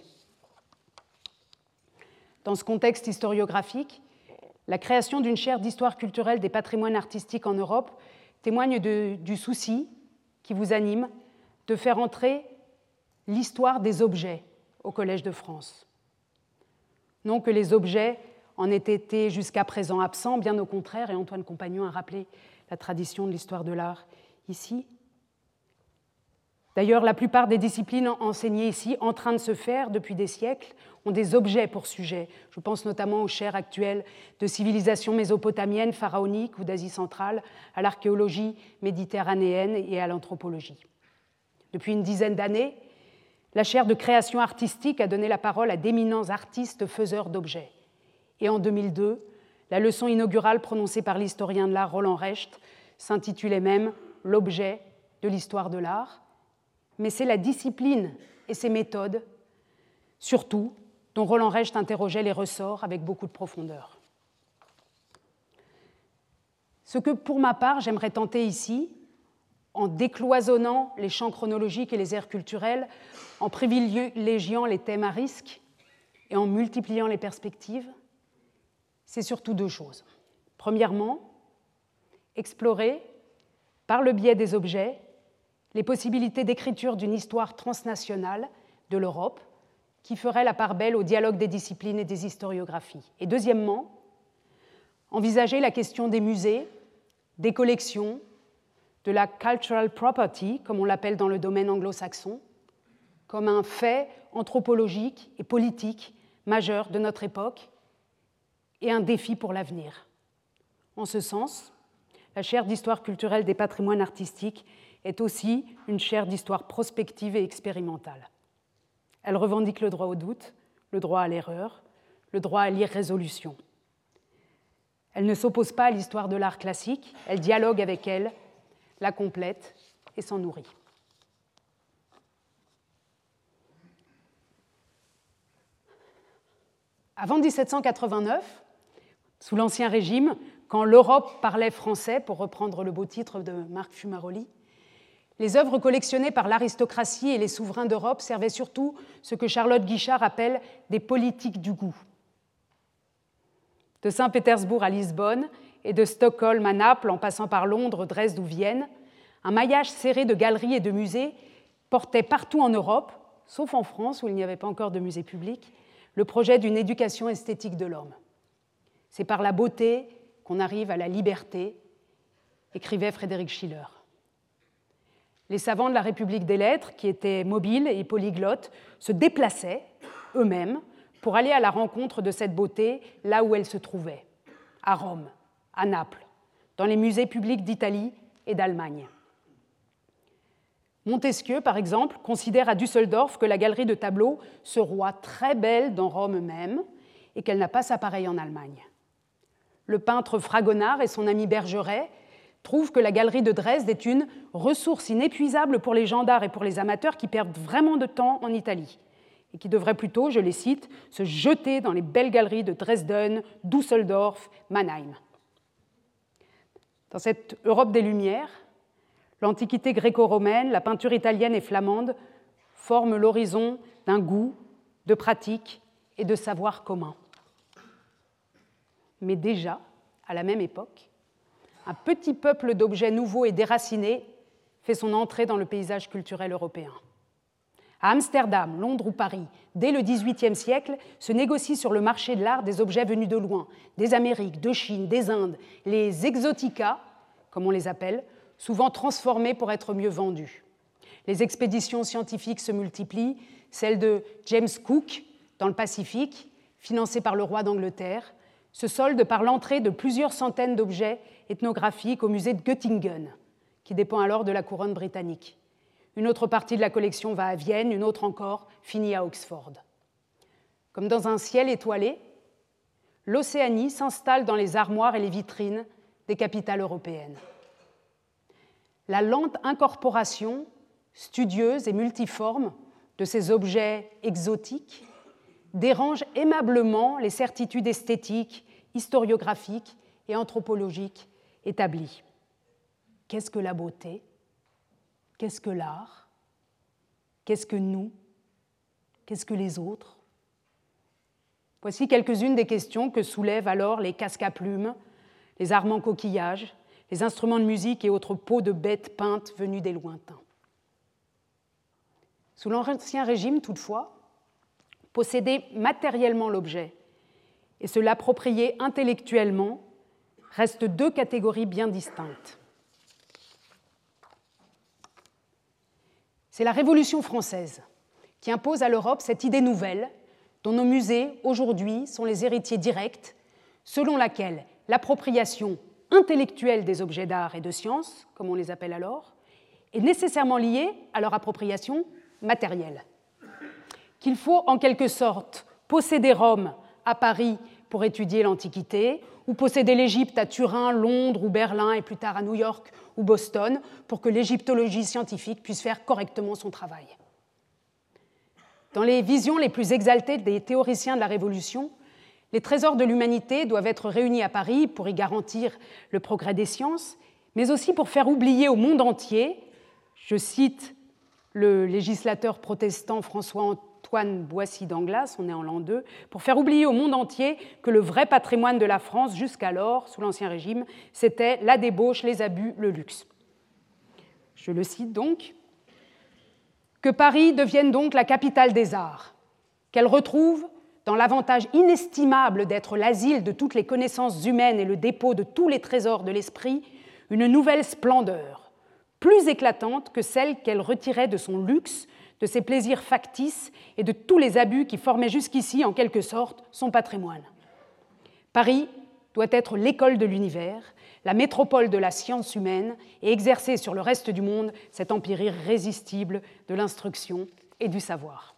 Dans ce contexte historiographique, la création d'une chaire d'histoire culturelle des patrimoines artistiques en Europe témoigne du souci qui vous anime de faire entrer l'histoire des objets au Collège de France. Non que les objets en aient été jusqu'à présent absents, bien au contraire, et Antoine Compagnon a rappelé la tradition de l'histoire de l'art ici. D'ailleurs, la plupart des disciplines enseignées ici, en train de se faire depuis des siècles, ont des objets pour sujet. Je pense notamment aux chaires actuelles de civilisation mésopotamienne, pharaonique ou d'Asie centrale, à l'archéologie méditerranéenne et à l'anthropologie. Depuis une dizaine d'années, la chaire de création artistique a donné la parole à d'éminents artistes faiseurs d'objets. Et en 2002, la leçon inaugurale prononcée par l'historien de l'art Roland Recht s'intitulait même « L'objet de l'histoire de l'art », mais c'est la discipline et ses méthodes, surtout, dont Roland Recht interrogeait les ressorts avec beaucoup de profondeur. Ce que, pour ma part, j'aimerais tenter ici, en décloisonnant les champs chronologiques et les aires culturelles, en privilégiant les thèmes à risque et en multipliant les perspectives, c'est surtout deux choses. Premièrement, explorer, par le biais des objets, les possibilités d'écriture d'une histoire transnationale de l'Europe qui ferait la part belle au dialogue des disciplines et des historiographies. Et deuxièmement, envisager la question des musées, des collections, de la cultural property, comme on l'appelle dans le domaine anglo-saxon, comme un fait anthropologique et politique majeur de notre époque et un défi pour l'avenir. En ce sens, la chaire d'histoire culturelle des patrimoines artistiques est aussi une chaire d'histoire prospective et expérimentale. Elle revendique le droit au doute, le droit à l'erreur, le droit à l'irrésolution. Elle ne s'oppose pas à l'histoire de l'art classique, elle dialogue avec elle, la complète et s'en nourrit. Avant 1789, sous l'Ancien Régime, quand l'Europe parlait français, pour reprendre le beau titre de Marc Fumaroli, les œuvres collectionnées par l'aristocratie et les souverains d'Europe servaient surtout ce que Charlotte Guichard appelle des politiques du goût. De Saint-Pétersbourg à Lisbonne et de Stockholm à Naples, en passant par Londres, Dresde ou Vienne, un maillage serré de galeries et de musées portait partout en Europe, sauf en France où il n'y avait pas encore de musée public, le projet d'une éducation esthétique de l'homme. C'est par la beauté qu'on arrive à la liberté, écrivait Frédéric Schiller. Les savants de la République des lettres, qui étaient mobiles et polyglottes, se déplaçaient eux-mêmes pour aller à la rencontre de cette beauté là où elle se trouvait, à Rome, à Naples, dans les musées publics d'Italie et d'Allemagne. Montesquieu, par exemple, considère à Düsseldorf que la galerie de tableaux se roit très belle dans Rome même et qu'elle n'a pas sa pareille en Allemagne. Le peintre Fragonard et son ami Bergeret trouvent que la galerie de Dresde est une ressource inépuisable pour les gens d'art et pour les amateurs qui perdent vraiment de temps en Italie et qui devraient plutôt, je les cite, se jeter dans les belles galeries de Dresden, Düsseldorf, Mannheim. Dans cette Europe des Lumières, l'Antiquité gréco-romaine, la peinture italienne et flamande forment l'horizon d'un goût, de pratiques et de savoirs communs. Mais déjà, à la même époque, un petit peuple d'objets nouveaux et déracinés fait son entrée dans le paysage culturel européen. À Amsterdam, Londres ou Paris, dès le XVIIIe siècle, se négocient sur le marché de l'art des objets venus de loin, des Amériques, de Chine, des Indes, les exotica, comme on les appelle, souvent transformés pour être mieux vendus. Les expéditions scientifiques se multiplient, celle de James Cook dans le Pacifique, financée par le roi d'Angleterre, se solde par l'entrée de plusieurs centaines d'objets ethnographiques au musée de Göttingen, qui dépend alors de la couronne britannique. Une autre partie de la collection va à Vienne, une autre encore finit à Oxford. Comme dans un ciel étoilé, l'Océanie s'installe dans les armoires et les vitrines des capitales européennes. La lente incorporation studieuse et multiforme de ces objets exotiques dérange aimablement les certitudes esthétiques, historiographiques et anthropologiques établies. Qu'est-ce que la beauté ? Qu'est-ce que l'art ? Qu'est-ce que nous ? Qu'est-ce que les autres ? Voici quelques-unes des questions que soulèvent alors les casques à plumes, les armes en coquillage, les instruments de musique et autres peaux de bêtes peintes venues des lointains. Sous l'Ancien Régime, toutefois, posséder matériellement l'objet et se l'approprier intellectuellement restent deux catégories bien distinctes. C'est la Révolution française qui impose à l'Europe cette idée nouvelle dont nos musées, aujourd'hui, sont les héritiers directs, selon laquelle l'appropriation intellectuelle des objets d'art et de science, comme on les appelle alors, est nécessairement liée à leur appropriation matérielle. Qu'il faut en quelque sorte posséder Rome à Paris pour étudier l'Antiquité, ou posséder l'Égypte à Turin, Londres ou Berlin, et plus tard à New York ou Boston, pour que l'égyptologie scientifique puisse faire correctement son travail. Dans les visions les plus exaltées des théoriciens de la Révolution, les trésors de l'humanité doivent être réunis à Paris pour y garantir le progrès des sciences, mais aussi pour faire oublier au monde entier, je cite le législateur protestant François-Antoine Boissy d'Anglas, on est en l'an 2, pour faire oublier au monde entier que le vrai patrimoine de la France, jusqu'alors, sous l'Ancien Régime, c'était la débauche, les abus, le luxe. Je le cite donc. Que Paris devienne donc la capitale des arts, qu'elle retrouve, dans l'avantage inestimable d'être l'asile de toutes les connaissances humaines et le dépôt de tous les trésors de l'esprit, une nouvelle splendeur, plus éclatante que celle qu'elle retirait de son luxe, de ses plaisirs factices et de tous les abus qui formaient jusqu'ici, en quelque sorte, son patrimoine. Paris doit être l'école de l'univers, la métropole de la science humaine et exercer sur le reste du monde cet empire irrésistible de l'instruction et du savoir.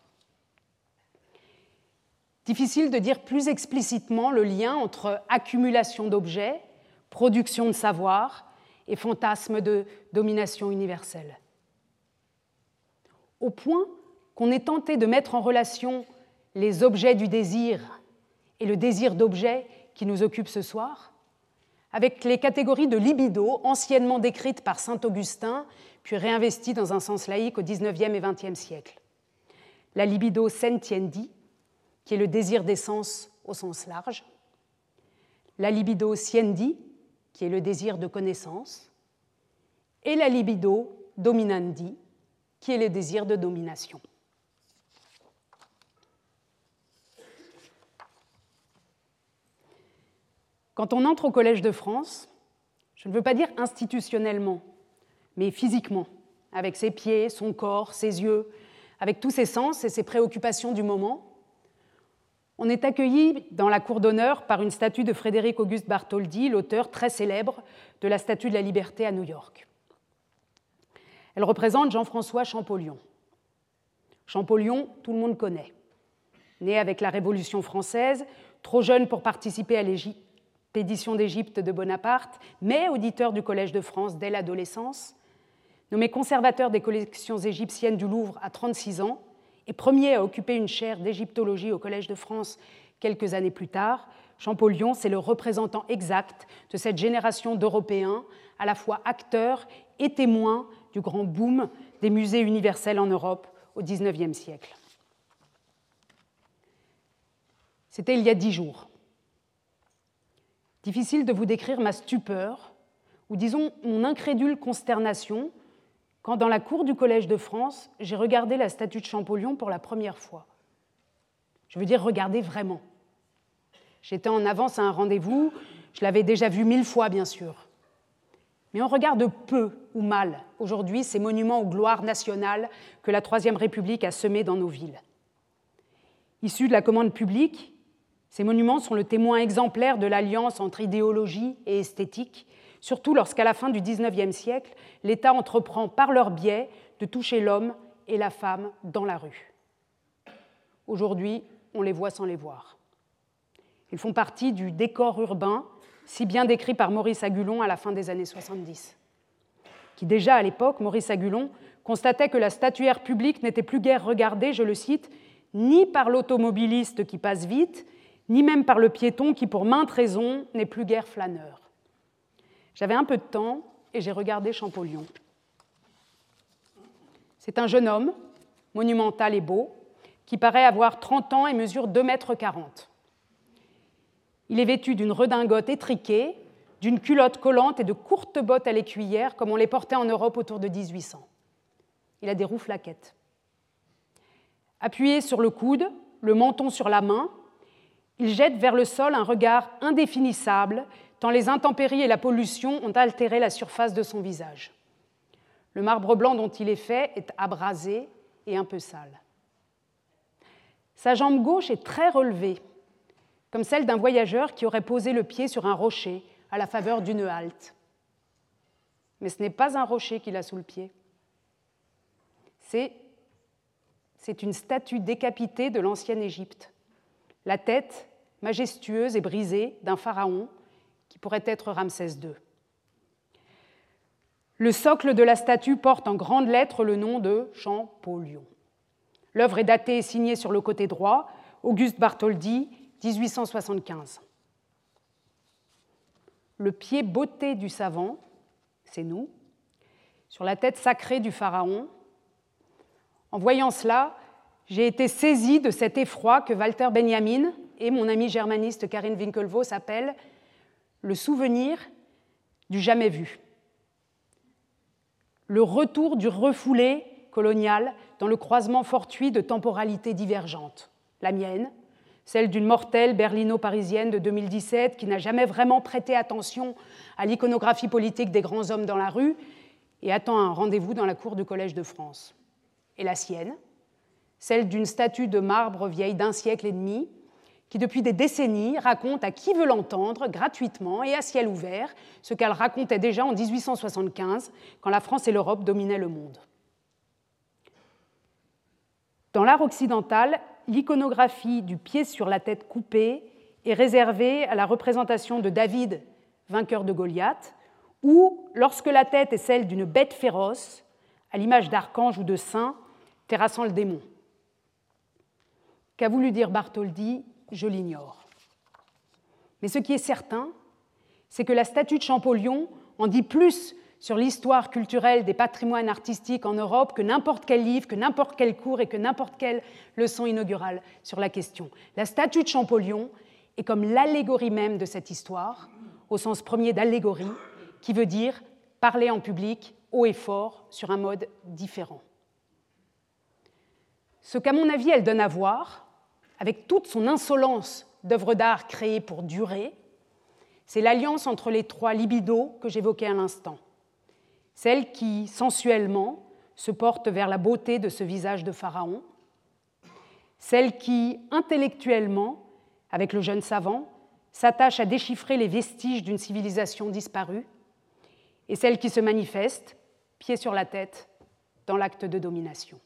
Difficile de dire plus explicitement le lien entre accumulation d'objets, production de savoir et fantasme de domination universelle. Au point qu'on est tenté de mettre en relation les objets du désir et le désir d'objets qui nous occupe ce soir, avec les catégories de libido anciennement décrites par saint Augustin, puis réinvesties dans un sens laïque au XIXe et XXe siècle. La libido sentiendi, qui est le désir des sens au sens large, la libido siendi, qui est le désir de connaissance, et la libido dominandi, qui est le désir de domination. Quand on entre au Collège de France, je ne veux pas dire institutionnellement, mais physiquement, avec ses pieds, son corps, ses yeux, avec tous ses sens et ses préoccupations du moment, on est accueilli dans la cour d'honneur par une statue de Frédéric Auguste Bartholdi, l'auteur très célèbre de la Statue de la Liberté à New York. Elle représente Jean-François Champollion. Champollion, tout le monde connaît. Né avec la Révolution française, trop jeune pour participer à l'expédition d'Égypte de Bonaparte, mais auditeur du Collège de France dès l'adolescence, nommé conservateur des collections égyptiennes du Louvre à 36 ans et premier à occuper une chaire d'égyptologie au Collège de France quelques années plus tard, Champollion, c'est le représentant exact de cette génération d'Européens, à la fois acteurs et témoins du grand boom des musées universels en Europe au XIXe siècle. C'était il y a 10 jours. Difficile de vous décrire ma stupeur, ou disons mon incrédule consternation, quand dans la cour du Collège de France, j'ai regardé la statue de Champollion pour la première fois. Je veux dire regarder vraiment. J'étais en avance à un rendez-vous, je l'avais déjà vu 1000 fois, bien sûr. Mais on regarde peu ou mal aujourd'hui ces monuments aux gloires nationales que la Troisième République a semés dans nos villes. Issus de la commande publique, ces monuments sont le témoin exemplaire de l'alliance entre idéologie et esthétique, surtout lorsqu'à la fin du XIXe siècle, l'État entreprend par leur biais de toucher l'homme et la femme dans la rue. Aujourd'hui, on les voit sans les voir. Ils font partie du décor urbain, si bien décrit par Maurice Agulon à la fin des années 70, qui déjà à l'époque, Maurice Agulon, constatait que la statuaire publique n'était plus guère regardée, je le cite, ni par l'automobiliste qui passe vite, ni même par le piéton qui, pour maintes raisons, n'est plus guère flâneur. J'avais un peu de temps et j'ai regardé Champollion. C'est un jeune homme, monumental et beau, qui paraît avoir 30 ans et mesure 2,40 m. Il est vêtu d'une redingote étriquée, d'une culotte collante et de courtes bottes à l'écuyère, comme on les portait en Europe autour de 1800. Il a des rouflaquettes. Appuyé sur le coude, le menton sur la main, il jette vers le sol un regard indéfinissable, tant les intempéries et la pollution ont altéré la surface de son visage. Le marbre blanc dont il est fait est abrasé et un peu sale. Sa jambe gauche est très relevée, comme celle d'un voyageur qui aurait posé le pied sur un rocher à la faveur d'une halte. Mais ce n'est pas un rocher qu'il a sous le pied. C'est une statue décapitée de l'ancienne Égypte, la tête majestueuse et brisée d'un pharaon qui pourrait être Ramsès II. Le socle de la statue porte en grandes lettres le nom de Champollion. L'œuvre est datée et signée sur le côté droit, Auguste Bartholdi, 1875. Le pied botté du savant, c'est nous, sur la tête sacrée du pharaon. En voyant cela, j'ai été saisie de cet effroi que Walter Benjamin et mon amie germaniste Karin Winckelvoss appellent le souvenir du jamais vu. Le retour du refoulé colonial dans le croisement fortuit de temporalités divergentes. La mienne, celle d'une mortelle berlino-parisienne de 2017 qui n'a jamais vraiment prêté attention à l'iconographie politique des grands hommes dans la rue et attend un rendez-vous dans la cour du Collège de France. Et la sienne, celle d'une statue de marbre vieille d'1 siècle et demi, qui depuis des décennies raconte à qui veut l'entendre gratuitement et à ciel ouvert ce qu'elle racontait déjà en 1875 quand la France et l'Europe dominaient le monde. Dans l'art occidental, l'iconographie du pied sur la tête coupée est réservée à la représentation de David, vainqueur de Goliath, ou lorsque la tête est celle d'une bête féroce, à l'image d'archange ou de saint, terrassant le démon. Qu'a voulu dire Bartholdi, je l'ignore. Mais ce qui est certain, c'est que la statue de Champollion en dit plus sur l'histoire culturelle des patrimoines artistiques en Europe que n'importe quel livre, que n'importe quel cours et que n'importe quelle leçon inaugurale sur la question. La statue de Champollion est comme l'allégorie même de cette histoire, au sens premier d'allégorie, qui veut dire parler en public haut et fort sur un mode différent. Ce qu'à mon avis elle donne à voir, avec toute son insolence d'œuvre d'art créée pour durer, c'est l'alliance entre les 3 libidos que j'évoquais à l'instant. Celle qui, sensuellement, se porte vers la beauté de ce visage de pharaon, celle qui, intellectuellement, avec le jeune savant, s'attache à déchiffrer les vestiges d'une civilisation disparue, et celle qui se manifeste, pied sur la tête, dans l'acte de domination.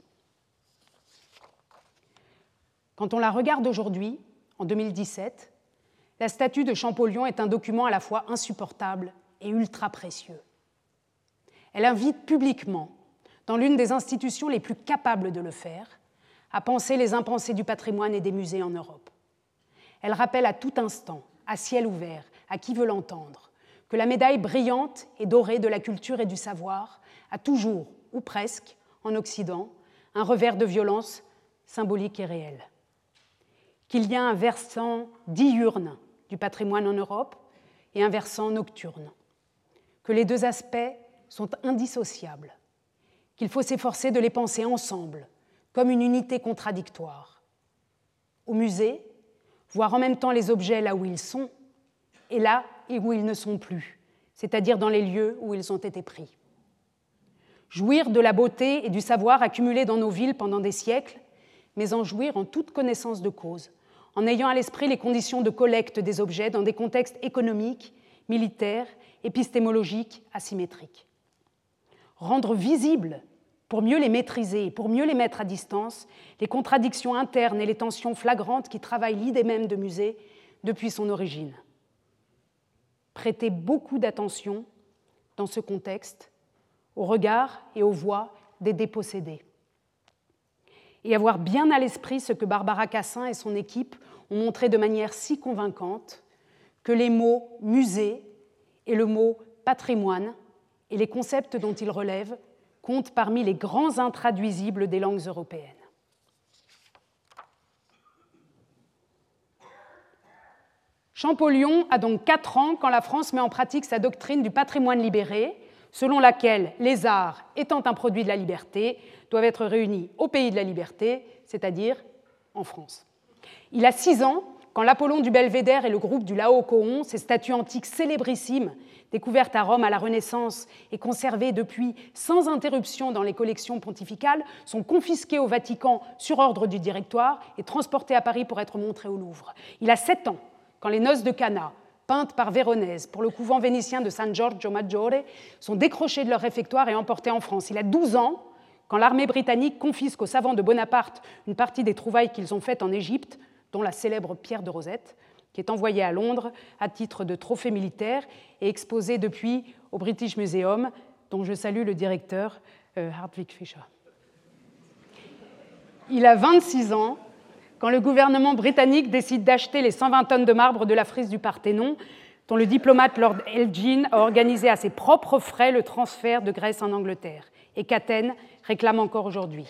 Quand on la regarde aujourd'hui, en 2017, la statue de Champollion est un document à la fois insupportable et ultra précieux. Elle invite publiquement, dans l'une des institutions les plus capables de le faire, à penser les impensés du patrimoine et des musées en Europe. Elle rappelle à tout instant, à ciel ouvert, à qui veut l'entendre, que la médaille brillante et dorée de la culture et du savoir a toujours, ou presque, en Occident, un revers de violence symbolique et réel. Qu'il y a un versant diurne du patrimoine en Europe et un versant nocturne, que les deux aspects sont indissociables, qu'il faut s'efforcer de les penser ensemble, comme une unité contradictoire. Au musée, voir en même temps les objets là où ils sont et là où ils ne sont plus, c'est-à-dire dans les lieux où ils ont été pris. Jouir de la beauté et du savoir accumulés dans nos villes pendant des siècles, mais en jouir en toute connaissance de cause, en ayant à l'esprit les conditions de collecte des objets dans des contextes économiques, militaires, épistémologiques, asymétriques. Rendre visibles, pour mieux les maîtriser et pour mieux les mettre à distance, les contradictions internes et les tensions flagrantes qui travaillent l'idée même de musée depuis son origine. Prêter beaucoup d'attention, dans ce contexte, au regard et aux voix des dépossédés. Et avoir bien à l'esprit ce que Barbara Cassin et son équipe ont montré de manière si convaincante, que les mots « musée » et le mot « patrimoine » et les concepts dont ils relèvent comptent parmi les grands intraduisibles des langues européennes. Champollion a donc 4 ans quand la France met en pratique sa doctrine du patrimoine libéré, selon laquelle les arts, étant un produit de la liberté, doivent être réunis au pays de la liberté, c'est-à-dire en France. Il a 6 ans quand l'Apollon du Belvédère et le groupe du Laocoon, ces statues antiques célébrissimes, découvertes à Rome à la Renaissance et conservées depuis sans interruption dans les collections pontificales, sont confisquées au Vatican sur ordre du Directoire et transportées à Paris pour être montrées au Louvre. Il a 7 ans quand les noces de Cana, peintes par Véronèse pour le couvent vénitien de San Giorgio Maggiore, sont décrochées de leur réfectoire et emportées en France. Il a 12 ans quand l'armée britannique confisque aux savants de Bonaparte une partie des trouvailles qu'ils ont faites en Égypte, dont la célèbre pierre de Rosette, qui est envoyée à Londres à titre de trophée militaire et exposée depuis au British Museum, dont je salue le directeur Hartwig Fischer. Il a 26 ans quand le gouvernement britannique décide d'acheter les 120 tonnes de marbre de la frise du Parthénon, dont le diplomate Lord Elgin a organisé à ses propres frais le transfert de Grèce en Angleterre, et qu'Athènes réclame encore aujourd'hui.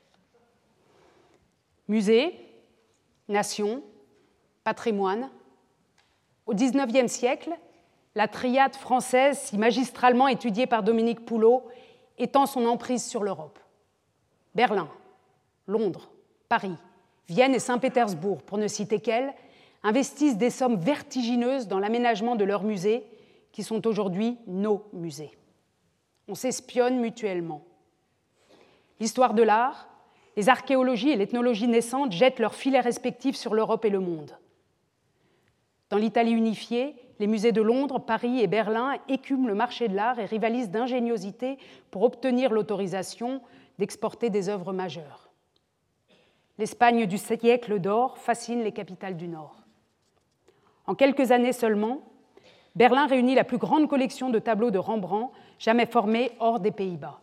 Musée, nation, patrimoine. Au XIXe siècle, la triade française, si magistralement étudiée par Dominique Poulot, étend son emprise sur l'Europe. Berlin, Londres, Paris, Vienne et Saint-Pétersbourg, pour ne citer qu'elles, investissent des sommes vertigineuses dans l'aménagement de leurs musées, qui sont aujourd'hui nos musées. On s'espionne mutuellement. L'histoire de l'art, les archéologies et l'ethnologie naissantes jettent leurs filets respectifs sur l'Europe et le monde. Dans l'Italie unifiée, les musées de Londres, Paris et Berlin écument le marché de l'art et rivalisent d'ingéniosité pour obtenir l'autorisation d'exporter des œuvres majeures. L'Espagne du siècle d'or fascine les capitales du Nord. En quelques années seulement, Berlin réunit la plus grande collection de tableaux de Rembrandt jamais formée hors des Pays-Bas.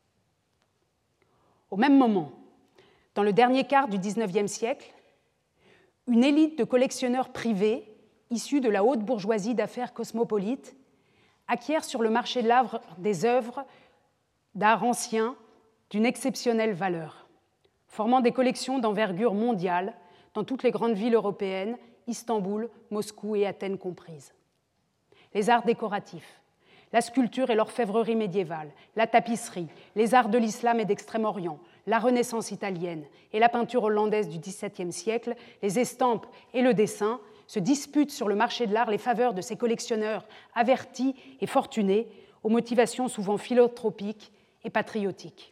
Au même moment, dans le dernier quart du XIXe siècle, une élite de collectionneurs privés, issus de la haute bourgeoisie d'affaires cosmopolite, acquiert sur le marché de l'art des œuvres d'art ancien d'une exceptionnelle valeur, formant des collections d'envergure mondiale dans toutes les grandes villes européennes, Istanbul, Moscou et Athènes comprises. Les arts décoratifs, la sculpture et l'orfèvrerie médiévale, la tapisserie, les arts de l'islam et d'Extrême-Orient, la Renaissance italienne et la peinture hollandaise du XVIIe siècle, les estampes et le dessin se disputent sur le marché de l'art les faveurs de ces collectionneurs avertis et fortunés, aux motivations souvent philanthropiques et patriotiques.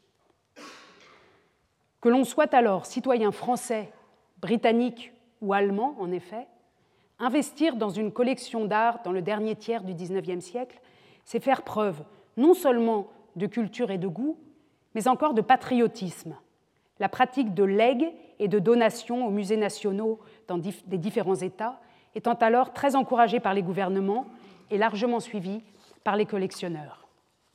Que l'on soit alors citoyen français, britannique ou allemand, en effet, investir dans une collection d'art dans le dernier tiers du XIXe siècle, c'est faire preuve non seulement de culture et de goût, mais encore de patriotisme. La pratique de legs et de donations aux musées nationaux des différents États étant alors très encouragée par les gouvernements et largement suivie par les collectionneurs.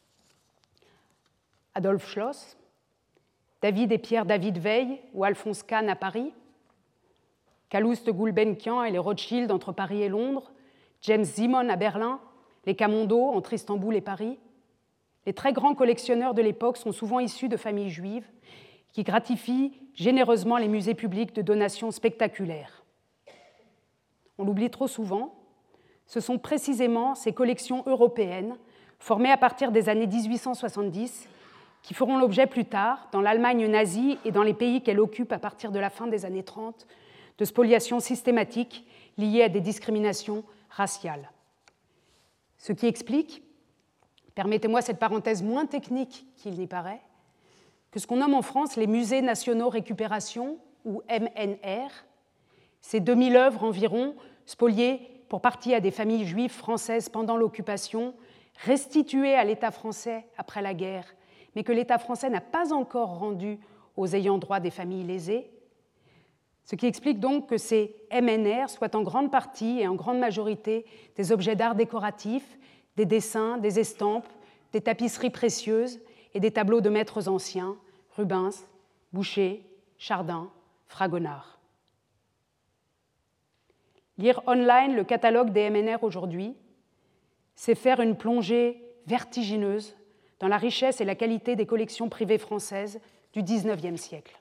Adolphe Schloss, David et Pierre David Veil ou Alphonse Kahn à Paris, Calouste Gulbenkian et les Rothschild entre Paris et Londres, James Simon à Berlin, les Camondo entre Istanbul et Paris. Les très grands collectionneurs de l'époque sont souvent issus de familles juives qui gratifient généreusement les musées publics de donations spectaculaires. On l'oublie trop souvent, ce sont précisément ces collections européennes, formées à partir des années 1870, qui feront l'objet plus tard, dans l'Allemagne nazie et dans les pays qu'elle occupe à partir de la fin des années 30, de spoliations systématiques liées à des discriminations raciales. Ce qui explique, permettez-moi cette parenthèse moins technique qu'il n'y paraît, que ce qu'on nomme en France les musées nationaux récupération, ou MNR, ces 2000 œuvres environ, spoliées pour partie à des familles juives françaises pendant l'occupation, restituées à l'État français après la guerre, mais que l'État français n'a pas encore rendues aux ayants droit des familles lésées, ce qui explique donc que ces MNR soient en grande partie et en grande majorité des objets d'art décoratifs, des dessins, des estampes, des tapisseries précieuses et des tableaux de maîtres anciens, Rubens, Boucher, Chardin, Fragonard. Lire online le catalogue des MNR aujourd'hui, c'est faire une plongée vertigineuse dans la richesse et la qualité des collections privées françaises du XIXe siècle.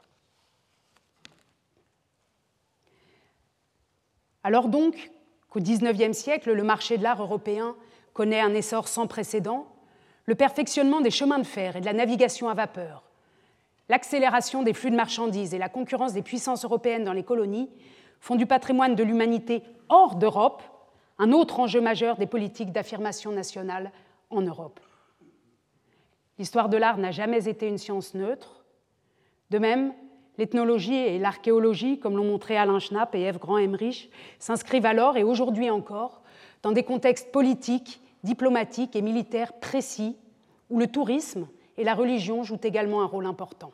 Alors donc qu'au XIXe siècle, le marché de l'art européen connaît un essor sans précédent, le perfectionnement des chemins de fer et de la navigation à vapeur, l'accélération des flux de marchandises et la concurrence des puissances européennes dans les colonies font du patrimoine de l'humanité hors d'Europe un autre enjeu majeur des politiques d'affirmation nationale en Europe. L'histoire de l'art n'a jamais été une science neutre. De même, l'ethnologie et l'archéologie, comme l'ont montré Alain Schnapp et Ève Grand-Emmerich, s'inscrivent alors et aujourd'hui encore dans des contextes politiques, diplomatiques et militaires précis où le tourisme et la religion jouent également un rôle important.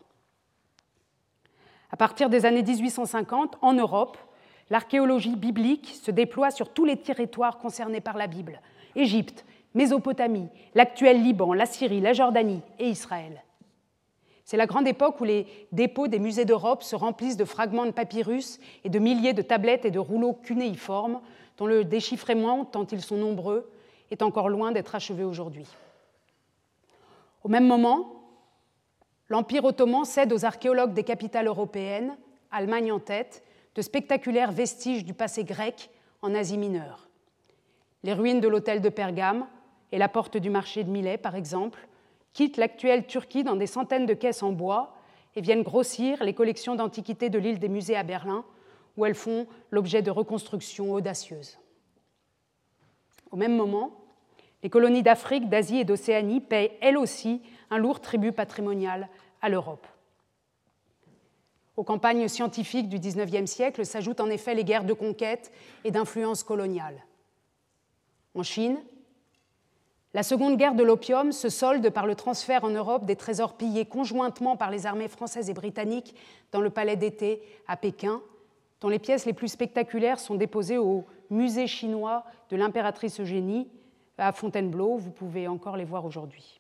À partir des années 1850, en Europe, l'archéologie biblique se déploie sur tous les territoires concernés par la Bible, Égypte, Mésopotamie, l'actuel Liban, la Syrie, la Jordanie et Israël. C'est la grande époque où les dépôts des musées d'Europe se remplissent de fragments de papyrus et de milliers de tablettes et de rouleaux cunéiformes dont le déchiffrement, tant ils sont nombreux, est encore loin d'être achevé aujourd'hui. Au même moment, l'Empire ottoman cède aux archéologues des capitales européennes, Allemagne en tête, de spectaculaires vestiges du passé grec en Asie mineure. Les ruines de l'hôtel de Pergame et la porte du marché de Milet, par exemple, quittent l'actuelle Turquie dans des centaines de caisses en bois et viennent grossir les collections d'antiquités de l'île des musées à Berlin, où elles font l'objet de reconstructions audacieuses. Au même moment, les colonies d'Afrique, d'Asie et d'Océanie paient elles aussi un lourd tribut patrimonial à l'Europe. Aux campagnes scientifiques du XIXe siècle s'ajoutent en effet les guerres de conquête et d'influence coloniale. En Chine, la seconde guerre de l'opium se solde par le transfert en Europe des trésors pillés conjointement par les armées françaises et britanniques dans le palais d'été à Pékin, dont les pièces les plus spectaculaires sont déposées au musée chinois de l'impératrice Eugénie à Fontainebleau. Vous pouvez encore les voir aujourd'hui.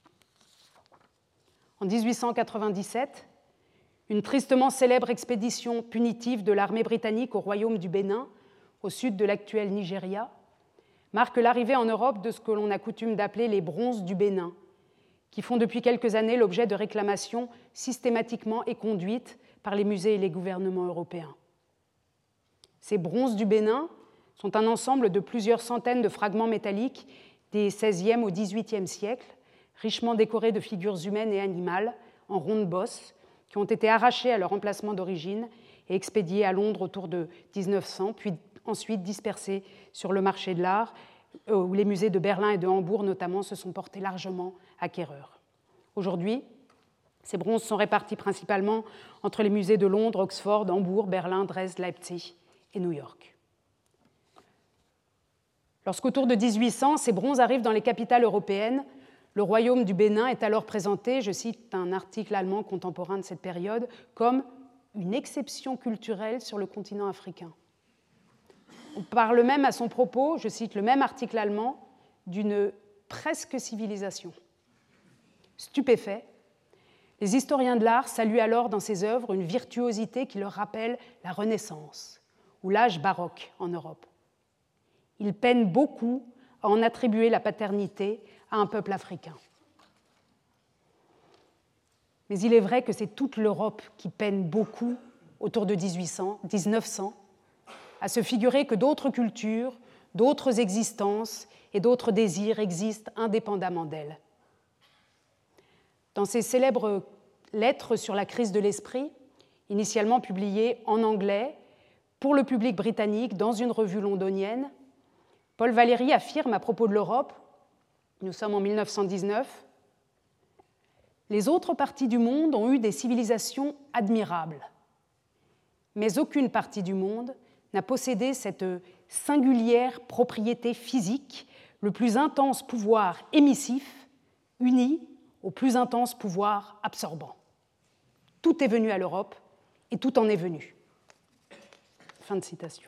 En 1897, une tristement célèbre expédition punitive de l'armée britannique au royaume du Bénin, au sud de l'actuel Nigeria, marque l'arrivée en Europe de ce que l'on a coutume d'appeler les bronzes du Bénin, qui font depuis quelques années l'objet de réclamations systématiquement éconduites par les musées et les gouvernements européens. Ces bronzes du Bénin sont un ensemble de plusieurs centaines de fragments métalliques des XVIe au XVIIIe siècle, richement décorés de figures humaines et animales en ronde bosse, qui ont été arrachés à leur emplacement d'origine et expédiés à Londres autour de 1900, puis ensuite dispersés sur le marché de l'art, où les musées de Berlin et de Hambourg notamment se sont portés largement acquéreurs. Aujourd'hui, ces bronzes sont répartis principalement entre les musées de Londres, Oxford, Hambourg, Berlin, Dresde, Leipzig et New York. Lorsqu'autour de 1800, ces bronzes arrivent dans les capitales européennes, le royaume du Bénin est alors présenté, je cite un article allemand contemporain de cette période, comme une exception culturelle sur le continent africain. On parle même à son propos, je cite le même article allemand, d'une presque civilisation. Stupéfaits, les historiens de l'art saluent alors dans ces œuvres une virtuosité qui leur rappelle la Renaissance ou l'âge baroque en Europe. Il peine beaucoup à en attribuer la paternité à un peuple africain. Mais il est vrai que c'est toute l'Europe qui peine beaucoup, autour de 1900, à se figurer que d'autres cultures, d'autres existences et d'autres désirs existent indépendamment d'elle. Dans ses célèbres lettres sur la crise de l'esprit, initialement publiées en anglais pour le public britannique dans une revue londonienne, Paul Valéry affirme à propos de l'Europe, nous sommes en 1919, « Les autres parties du monde ont eu des civilisations admirables, mais aucune partie du monde n'a possédé cette singulière propriété physique, le plus intense pouvoir émissif, uni au plus intense pouvoir absorbant. Tout est venu à l'Europe et tout en est venu. » Fin de citation.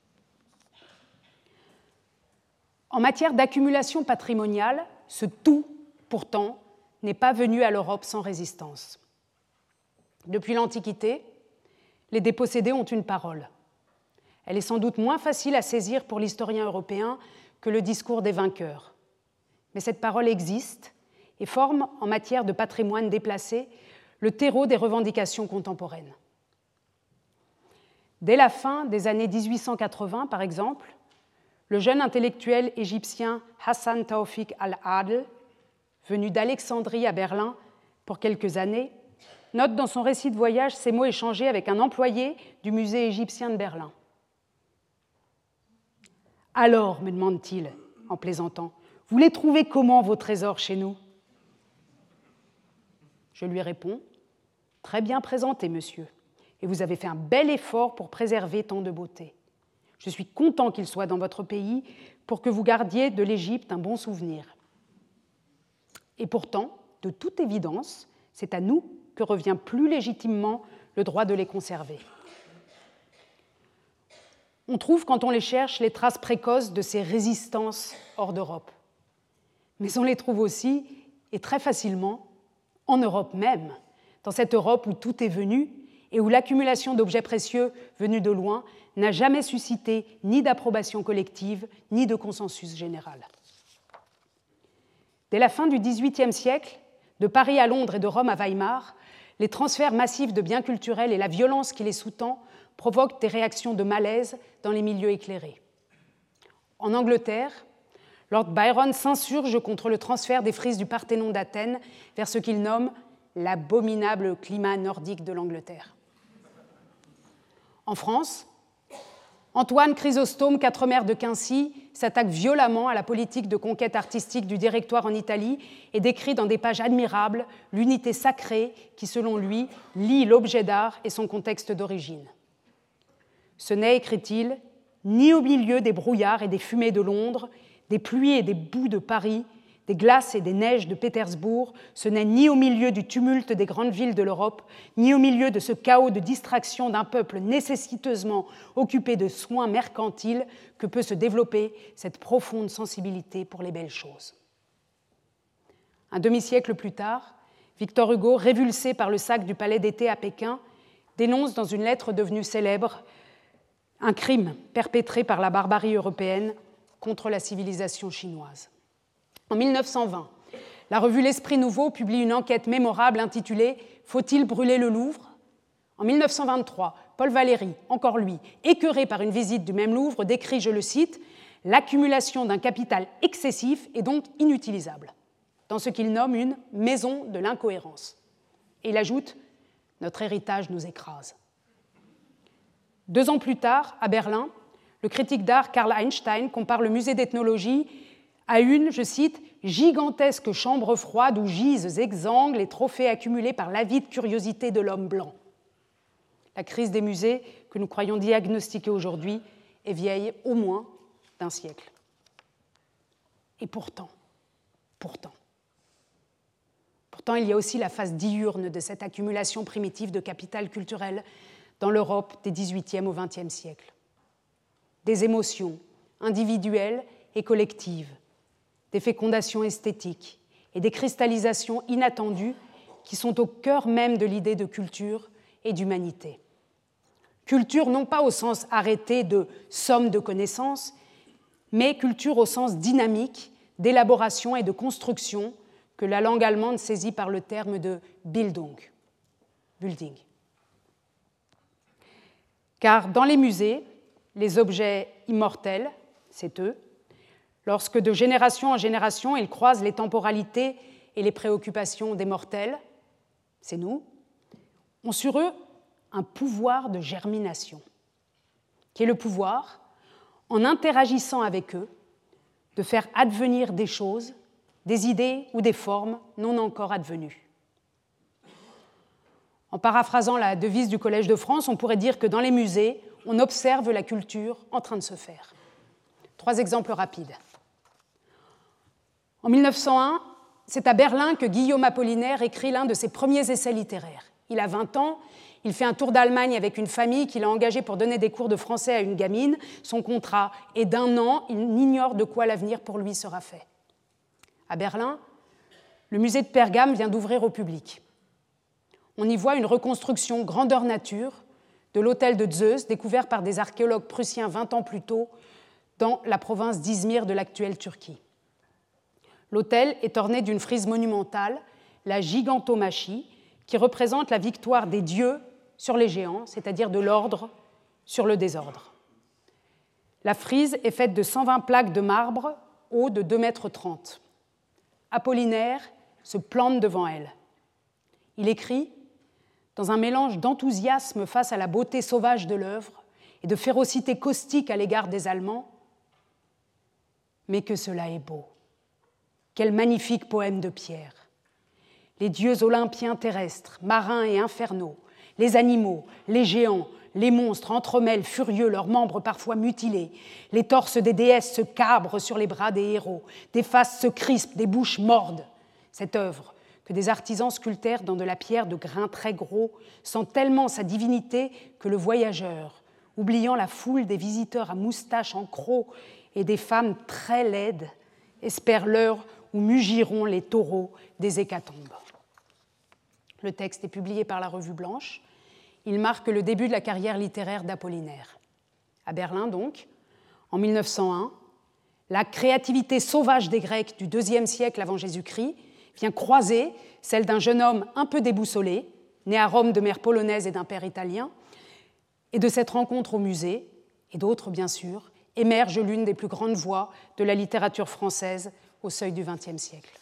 En matière d'accumulation patrimoniale, ce tout, pourtant, n'est pas venu à l'Europe sans résistance. Depuis l'Antiquité, les dépossédés ont une parole. Elle est sans doute moins facile à saisir pour l'historien européen que le discours des vainqueurs. Mais cette parole existe et forme, en matière de patrimoine déplacé, le terreau des revendications contemporaines. Dès la fin des années 1880, par exemple, le jeune intellectuel égyptien Hassan Taoufik al-Adl, venu d'Alexandrie à Berlin pour quelques années, note dans son récit de voyage ces mots échangés avec un employé du musée égyptien de Berlin. « Alors, me demande-t-il, en plaisantant, vous les trouvez comment vos trésors chez nous ?» Je lui réponds, « Très bien présentés, monsieur, et vous avez fait un bel effort pour préserver tant de beauté. Je suis content qu'il soit dans votre pays pour que vous gardiez de l'Égypte un bon souvenir. Et pourtant, de toute évidence, c'est à nous que revient plus légitimement le droit de les conserver. On trouve, quand on les cherche, les traces précoces de ces résistances hors d'Europe. Mais on les trouve aussi, et très facilement, en Europe même, dans cette Europe où tout est venu et où l'accumulation d'objets précieux venus de loin n'a jamais suscité ni d'approbation collective, ni de consensus général. Dès la fin du XVIIIe siècle, de Paris à Londres et de Rome à Weimar, les transferts massifs de biens culturels et la violence qui les sous-tend provoquent des réactions de malaise dans les milieux éclairés. En Angleterre, Lord Byron s'insurge contre le transfert des frises du Parthénon d'Athènes vers ce qu'il nomme l'abominable climat nordique de l'Angleterre. En France, Antoine Chrysostome, Quatremer de Quincy, s'attaque violemment à la politique de conquête artistique du Directoire en Italie et décrit dans des pages admirables l'unité sacrée qui, selon lui, lie l'objet d'art et son contexte d'origine. Ce n'est, écrit-il, ni au milieu des brouillards et des fumées de Londres, des pluies et des boues de Paris, des glaces et des neiges de Pétersbourg, ce n'est ni au milieu du tumulte des grandes villes de l'Europe, ni au milieu de ce chaos de distraction d'un peuple nécessiteusement occupé de soins mercantiles que peut se développer cette profonde sensibilité pour les belles choses. Un demi-siècle plus tard, Victor Hugo, révulsé par le sac du palais d'été à Pékin, dénonce dans une lettre devenue célèbre un crime perpétré par la barbarie européenne contre la civilisation chinoise. En 1920, la revue L'Esprit Nouveau publie une enquête mémorable intitulée « Faut-il brûler le Louvre ?» En 1923, Paul Valéry, encore lui, écœuré par une visite du même Louvre, décrit, je le cite, « l'accumulation d'un capital excessif et donc inutilisable », dans ce qu'il nomme une « maison de l'incohérence ». Et il ajoute « Notre héritage nous écrase ». 2 ans plus tard, à Berlin, le critique d'art Karl Einstein compare le musée d'ethnologie à une, je cite, « gigantesque chambre froide où gisent exsangues les trophées accumulés par l'avide curiosité de l'homme blanc ». La crise des musées que nous croyons diagnostiquer aujourd'hui est vieille au moins d'un siècle. Et pourtant, il y a aussi la phase diurne de cette accumulation primitive de capital culturel dans l'Europe des XVIIIe au XXe siècle. Des émotions individuelles et collectives, des fécondations esthétiques et des cristallisations inattendues qui sont au cœur même de l'idée de culture et d'humanité. Culture non pas au sens arrêté de somme de connaissances, mais culture au sens dynamique, d'élaboration et de construction que la langue allemande saisit par le terme de Bildung, building. Car dans les musées, les objets immortels, c'est eux, lorsque de génération en génération, ils croisent les temporalités et les préoccupations des mortels, c'est nous, ont sur eux un pouvoir de germination, qui est le pouvoir, en interagissant avec eux, de faire advenir des choses, des idées ou des formes non encore advenues. En paraphrasant la devise du Collège de France, on pourrait dire que dans les musées, on observe la culture en train de se faire. 3 exemples rapides. En 1901, c'est à Berlin que Guillaume Apollinaire écrit l'un de ses premiers essais littéraires. Il a 20 ans, il fait un tour d'Allemagne avec une famille qu'il a engagée pour donner des cours de français à une gamine. Son contrat est d'1 an, il ignore de quoi l'avenir pour lui sera fait. À Berlin, le musée de Pergame vient d'ouvrir au public. On y voit une reconstruction grandeur nature de l'hôtel de Zeus, découvert par des archéologues prussiens 20 ans plus tôt dans la province d'Izmir de l'actuelle Turquie. L'hôtel est orné d'une frise monumentale, la gigantomachie, qui représente la victoire des dieux sur les géants, c'est-à-dire de l'ordre sur le désordre. La frise est faite de 120 plaques de marbre haut de 2,30 mètres. Apollinaire se plante devant elle. Il écrit, dans un mélange d'enthousiasme face à la beauté sauvage de l'œuvre et de férocité caustique à l'égard des Allemands, « Mais que cela est beau! Quel magnifique poème de pierre! Les dieux olympiens terrestres, marins et infernaux, les animaux, les géants, les monstres entremêlent furieux leurs membres parfois mutilés, les torses des déesses se cabrent sur les bras des héros, des faces se crispent, des bouches mordent. Cette œuvre, que des artisans sculptèrent dans de la pierre de grains très gros, sent tellement sa divinité que le voyageur, oubliant la foule des visiteurs à moustaches en croc et des femmes très laides, espère l'heure où mugiront les taureaux des hécatombes. Le texte est publié par la Revue Blanche. Il marque le début de la carrière littéraire d'Apollinaire. À Berlin, donc, en 1901, la créativité sauvage des Grecs du IIe siècle avant Jésus-Christ vient croiser celle d'un jeune homme un peu déboussolé, né à Rome de mère polonaise et d'un père italien, et de cette rencontre au musée, et d'autres bien sûr, émerge l'une des plus grandes voix de la littérature française au seuil du XXe siècle.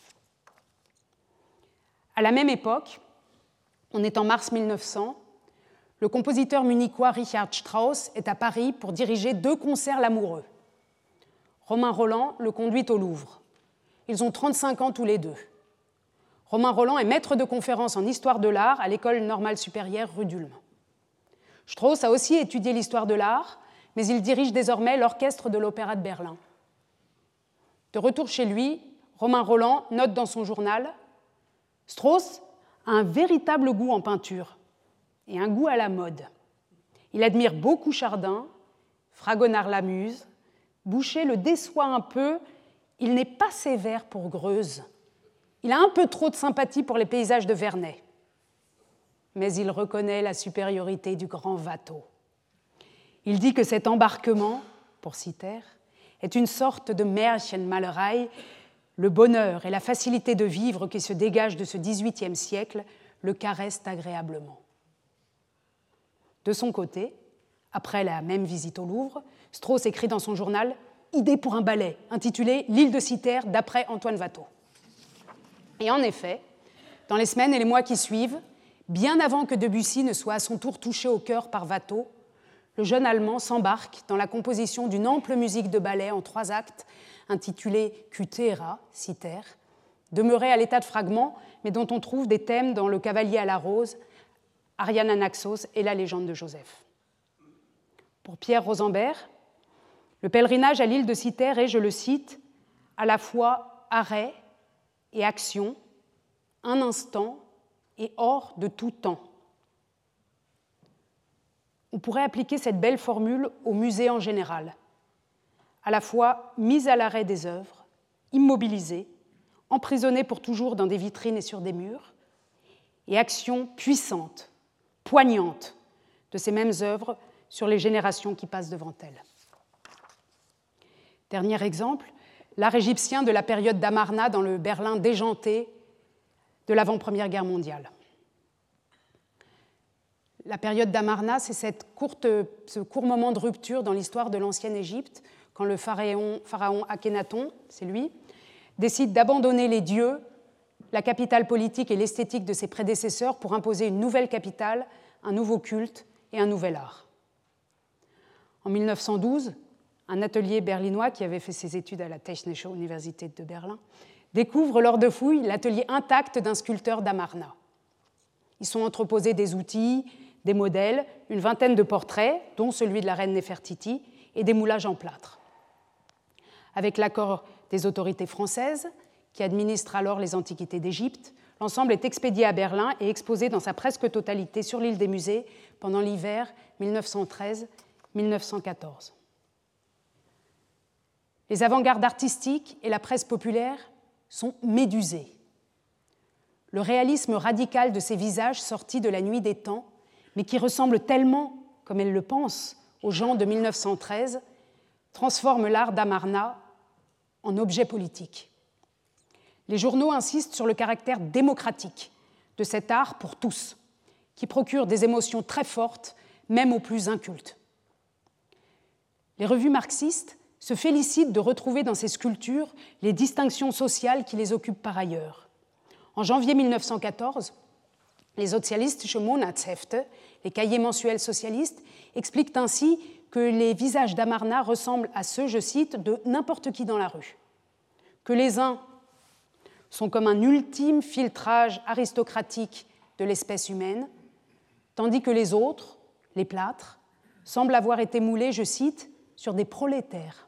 À la même époque, on est en mars 1900, le compositeur munichois Richard Strauss est à Paris pour diriger 2 concerts l'amoureux. Romain Rolland le conduit au Louvre. Ils ont 35 ans tous les deux. Romain Rolland est maître de conférences en histoire de l'art à l'École normale supérieure rue d'Ulm. Strauss a aussi étudié l'histoire de l'art, mais il dirige désormais l'orchestre de l'Opéra de Berlin. De retour chez lui, Romain Rolland note dans son journal « Strauss a un véritable goût en peinture et un goût à la mode. Il admire beaucoup Chardin, Fragonard l'amuse, Boucher le déçoit un peu, il n'est pas sévère pour Greuze. Il a un peu trop de sympathie pour les paysages de Vernet. Mais il reconnaît la supériorité du grand Watteau. Il dit que cet embarquement, pour Citer, est une sorte de Märchenmalerei. Le bonheur et la facilité de vivre qui se dégagent de ce XVIIIe siècle le caressent agréablement. De son côté, après la même visite au Louvre, Strauss écrit dans son journal « Idée pour un ballet » intitulé « L'île de Citer » d'après Antoine Watteau. Et en effet, dans les semaines et les mois qui suivent, bien avant que Debussy ne soit à son tour touché au cœur par Watteau, le jeune Allemand s'embarque dans la composition d'une ample musique de ballet en 3 actes intitulée Kythera, Citer, demeurée à l'état de fragment, mais dont on trouve des thèmes dans Le Cavalier à la Rose, Ariane Anaxos et La Légende de Joseph. Pour Pierre Rosenberg, le pèlerinage à l'île de Citer est, je le cite, à la fois arrêt et action, un instant et hors de tout temps. On pourrait appliquer cette belle formule au musée en général, à la fois mise à l'arrêt des œuvres, immobilisée, emprisonnée pour toujours dans des vitrines et sur des murs, et action puissante, poignante de ces mêmes œuvres sur les générations qui passent devant elles. Dernier exemple, l'art égyptien de la période d'Amarna dans le Berlin déjanté de l'avant-première guerre mondiale. La période d'Amarna, c'est ce court moment de rupture dans l'histoire de l'ancienne Égypte, quand le pharaon Akhénaton, c'est lui, décide d'abandonner les dieux, la capitale politique et l'esthétique de ses prédécesseurs pour imposer une nouvelle capitale, un nouveau culte et un nouvel art. En 1912, un atelier berlinois qui avait fait ses études à la Technische Universität de Berlin découvre lors de fouilles l'atelier intact d'un sculpteur d'Amarna. Ils sont entreposés des outils, des modèles, une vingtaine de portraits, dont celui de la reine Néfertiti, et des moulages en plâtre. Avec l'accord des autorités françaises, qui administrent alors les antiquités d'Égypte, l'ensemble est expédié à Berlin et exposé dans sa presque totalité sur l'île des musées pendant l'hiver 1913-1914. Les avant-gardes artistiques et la presse populaire sont médusés. Le réalisme radical de ces visages sortis de la nuit des temps, mais qui ressemblent tellement, comme elles le pensent, aux gens de 1913, transforme l'art d'Amarna en objet politique. Les journaux insistent sur le caractère démocratique de cet art pour tous, qui procure des émotions très fortes, même aux plus incultes. Les revues marxistes se félicitent de retrouver dans ces sculptures les distinctions sociales qui les occupent par ailleurs. En janvier 1914, les Sozialistische Monatshefte, les cahiers mensuels socialistes, expliquent ainsi que les visages d'Amarna ressemblent à ceux, je cite, de n'importe qui dans la rue. Que les uns sont comme un ultime filtrage aristocratique de l'espèce humaine, tandis que les autres, les plâtres, semblent avoir été moulés, je cite, sur des prolétaires.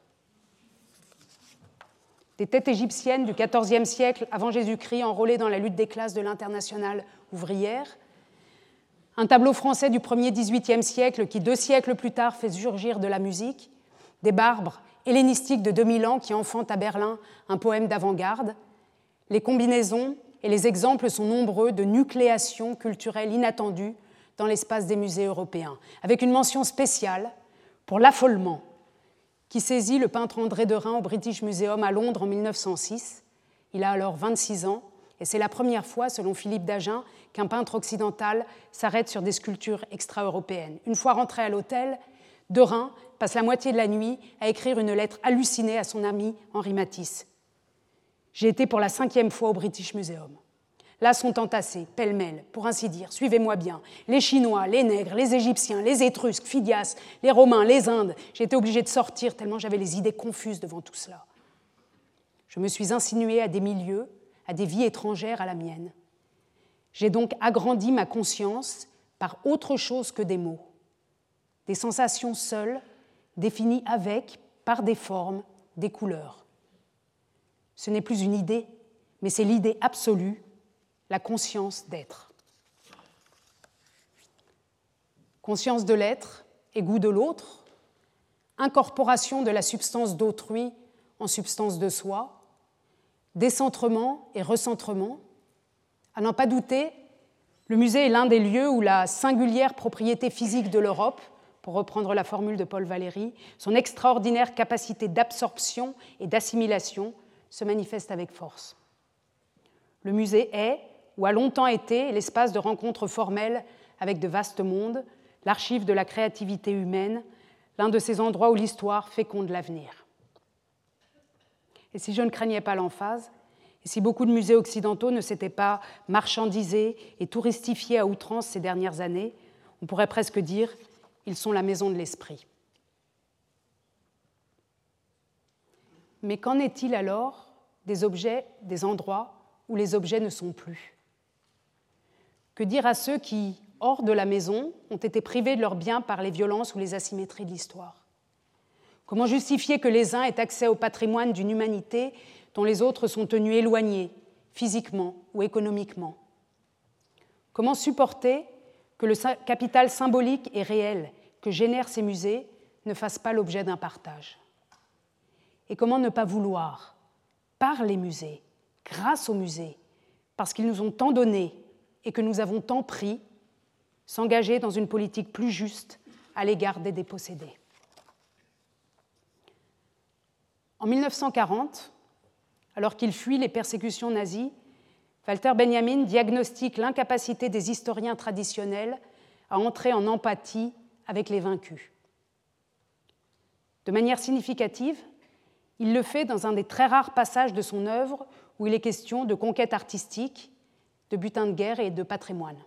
Des têtes égyptiennes du XIVe siècle avant Jésus-Christ enrôlées dans la lutte des classes de l'internationale ouvrière, un tableau français du 1er XVIIIe siècle qui, 2 siècles plus tard, fait surgir de la musique, des barbres hellénistiques de 2000 ans qui enfantent à Berlin un poème d'avant-garde. Les combinaisons et les exemples sont nombreux de nucléations culturelles inattendues dans l'espace des musées européens, avec une mention spéciale pour l'affolement qui saisit le peintre André Derain au British Museum à Londres en 1906. Il a alors 26 ans, et c'est la première fois, selon Philippe Dagen, qu'un peintre occidental s'arrête sur des sculptures extra-européennes. Une fois rentré à l'hôtel, Derain passe la moitié de la nuit à écrire une lettre hallucinée à son ami Henri Matisse. « J'ai été pour la 5e fois au British Museum. Là sont entassés, pêle-mêle, pour ainsi dire, suivez-moi bien, les Chinois, les Nègres, les Égyptiens, les Étrusques, Phidias, les Romains, les Indes. J'ai été obligé de sortir tellement j'avais les idées confuses devant tout cela. Je me suis insinué à des milieux, à des vies étrangères à la mienne. J'ai donc agrandi ma conscience par autre chose que des mots, des sensations seules, définies avec, par des formes, des couleurs. Ce n'est plus une idée, mais c'est l'idée absolue, la conscience d'être. Conscience de l'être et goût de l'autre, incorporation de la substance d'autrui en substance de soi, décentrement et recentrement. À n'en pas douter, le musée est l'un des lieux où la singulière propriété physique de l'Europe, pour reprendre la formule de Paul Valéry, son extraordinaire capacité d'absorption et d'assimilation se manifeste avec force. Le musée est, ou a longtemps été, l'espace de rencontres formelles avec de vastes mondes, l'archive de la créativité humaine, l'un de ces endroits où l'histoire féconde l'avenir. Et si je ne craignais pas l'emphase, et si beaucoup de musées occidentaux ne s'étaient pas marchandisés et touristifiés à outrance ces dernières années, on pourrait presque dire qu'ils sont la maison de l'esprit. Mais qu'en est-il alors des objets, des endroits où les objets ne sont plus ? Que dire à ceux qui, hors de la maison, ont été privés de leurs biens par les violences ou les asymétries de l'histoire ? Comment justifier que les uns aient accès au patrimoine d'une humanité dont les autres sont tenus éloignés, physiquement ou économiquement ? Comment supporter que le capital symbolique et réel que génèrent ces musées ne fasse pas l'objet d'un partage ? Et comment ne pas vouloir, par les musées, grâce aux musées, parce qu'ils nous ont tant donné et que nous avons tant pris, s'engager dans une politique plus juste à l'égard des dépossédés. En 1940, alors qu'il fuit les persécutions nazies, Walter Benjamin diagnostique l'incapacité des historiens traditionnels à entrer en empathie avec les vaincus. De manière significative, il le fait dans un des très rares passages de son œuvre où il est question de conquête artistique, de butin de guerre et de patrimoine.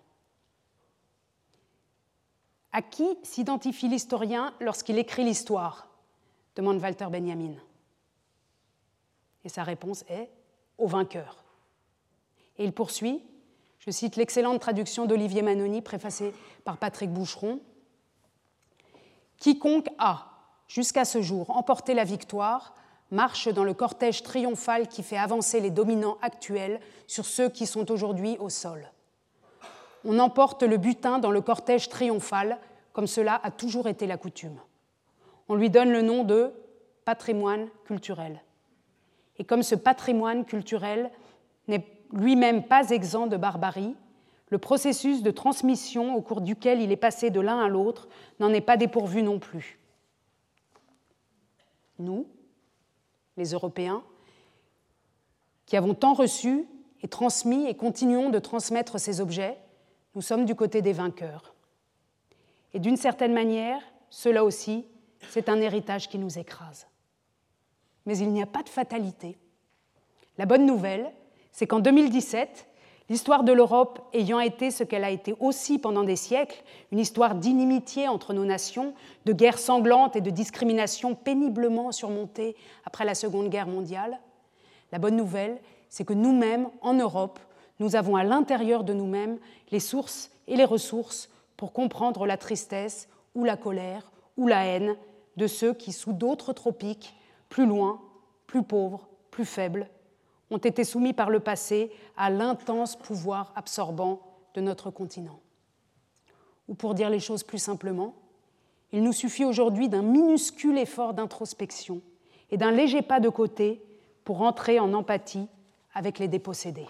À qui s'identifie l'historien lorsqu'il écrit l'histoire ? Demande Walter Benjamin. Et sa réponse est « au vainqueur ». Et il poursuit, je cite l'excellente traduction d'Olivier Manoni, préfacée par Patrick Boucheron, « Quiconque a, jusqu'à ce jour, emporté la victoire, marche dans le cortège triomphal qui fait avancer les dominants actuels sur ceux qui sont aujourd'hui au sol. On emporte le butin dans le cortège triomphal, comme cela a toujours été la coutume. On lui donne le nom de patrimoine culturel. Et comme ce patrimoine culturel n'est lui-même pas exempt de barbarie, le processus de transmission au cours duquel il est passé de l'un à l'autre n'en est pas dépourvu non plus. Nous, les Européens, qui avons tant reçu et transmis et continuons de transmettre ces objets, nous sommes du côté des vainqueurs. Et d'une certaine manière, cela aussi, c'est un héritage qui nous écrase. Mais il n'y a pas de fatalité. La bonne nouvelle, c'est qu'en 2017, l'histoire de l'Europe ayant été ce qu'elle a été aussi pendant des siècles, une histoire d'inimitié entre nos nations, de guerres sanglantes et de discriminations péniblement surmontées après la Seconde Guerre mondiale, la bonne nouvelle, c'est que nous-mêmes, en Europe, nous avons à l'intérieur de nous-mêmes les sources et les ressources pour comprendre la tristesse ou la colère ou la haine de ceux qui, sous d'autres tropiques, plus loin, plus pauvres, plus faibles, ont été soumis par le passé à l'intense pouvoir absorbant de notre continent. Ou pour dire les choses plus simplement, il nous suffit aujourd'hui d'un minuscule effort d'introspection et d'un léger pas de côté pour entrer en empathie avec les dépossédés.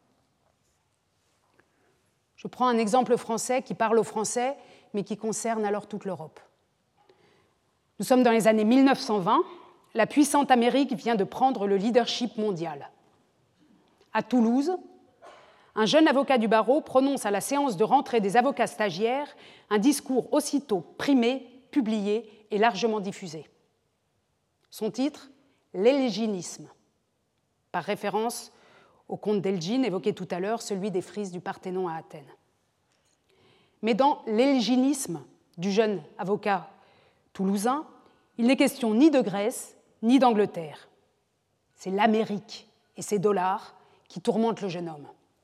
Je prends un exemple français qui parle aux Français, mais qui concerne alors toute l'Europe. Nous sommes dans les années 1920, la puissante Amérique vient de prendre le leadership mondial. À Toulouse, un jeune avocat du barreau prononce à la séance de rentrée des avocats stagiaires un discours aussitôt primé, publié et largement diffusé. Son titre, « L'Elginisme », par référence au conte d'Elgine évoqué tout à l'heure, celui des frises du Parthénon à Athènes. Mais dans l'elginisme du jeune avocat toulousain, il n'est question ni de Grèce, ni d'Angleterre. C'est l'Amérique et ses dollars qui tourmentent le jeune homme.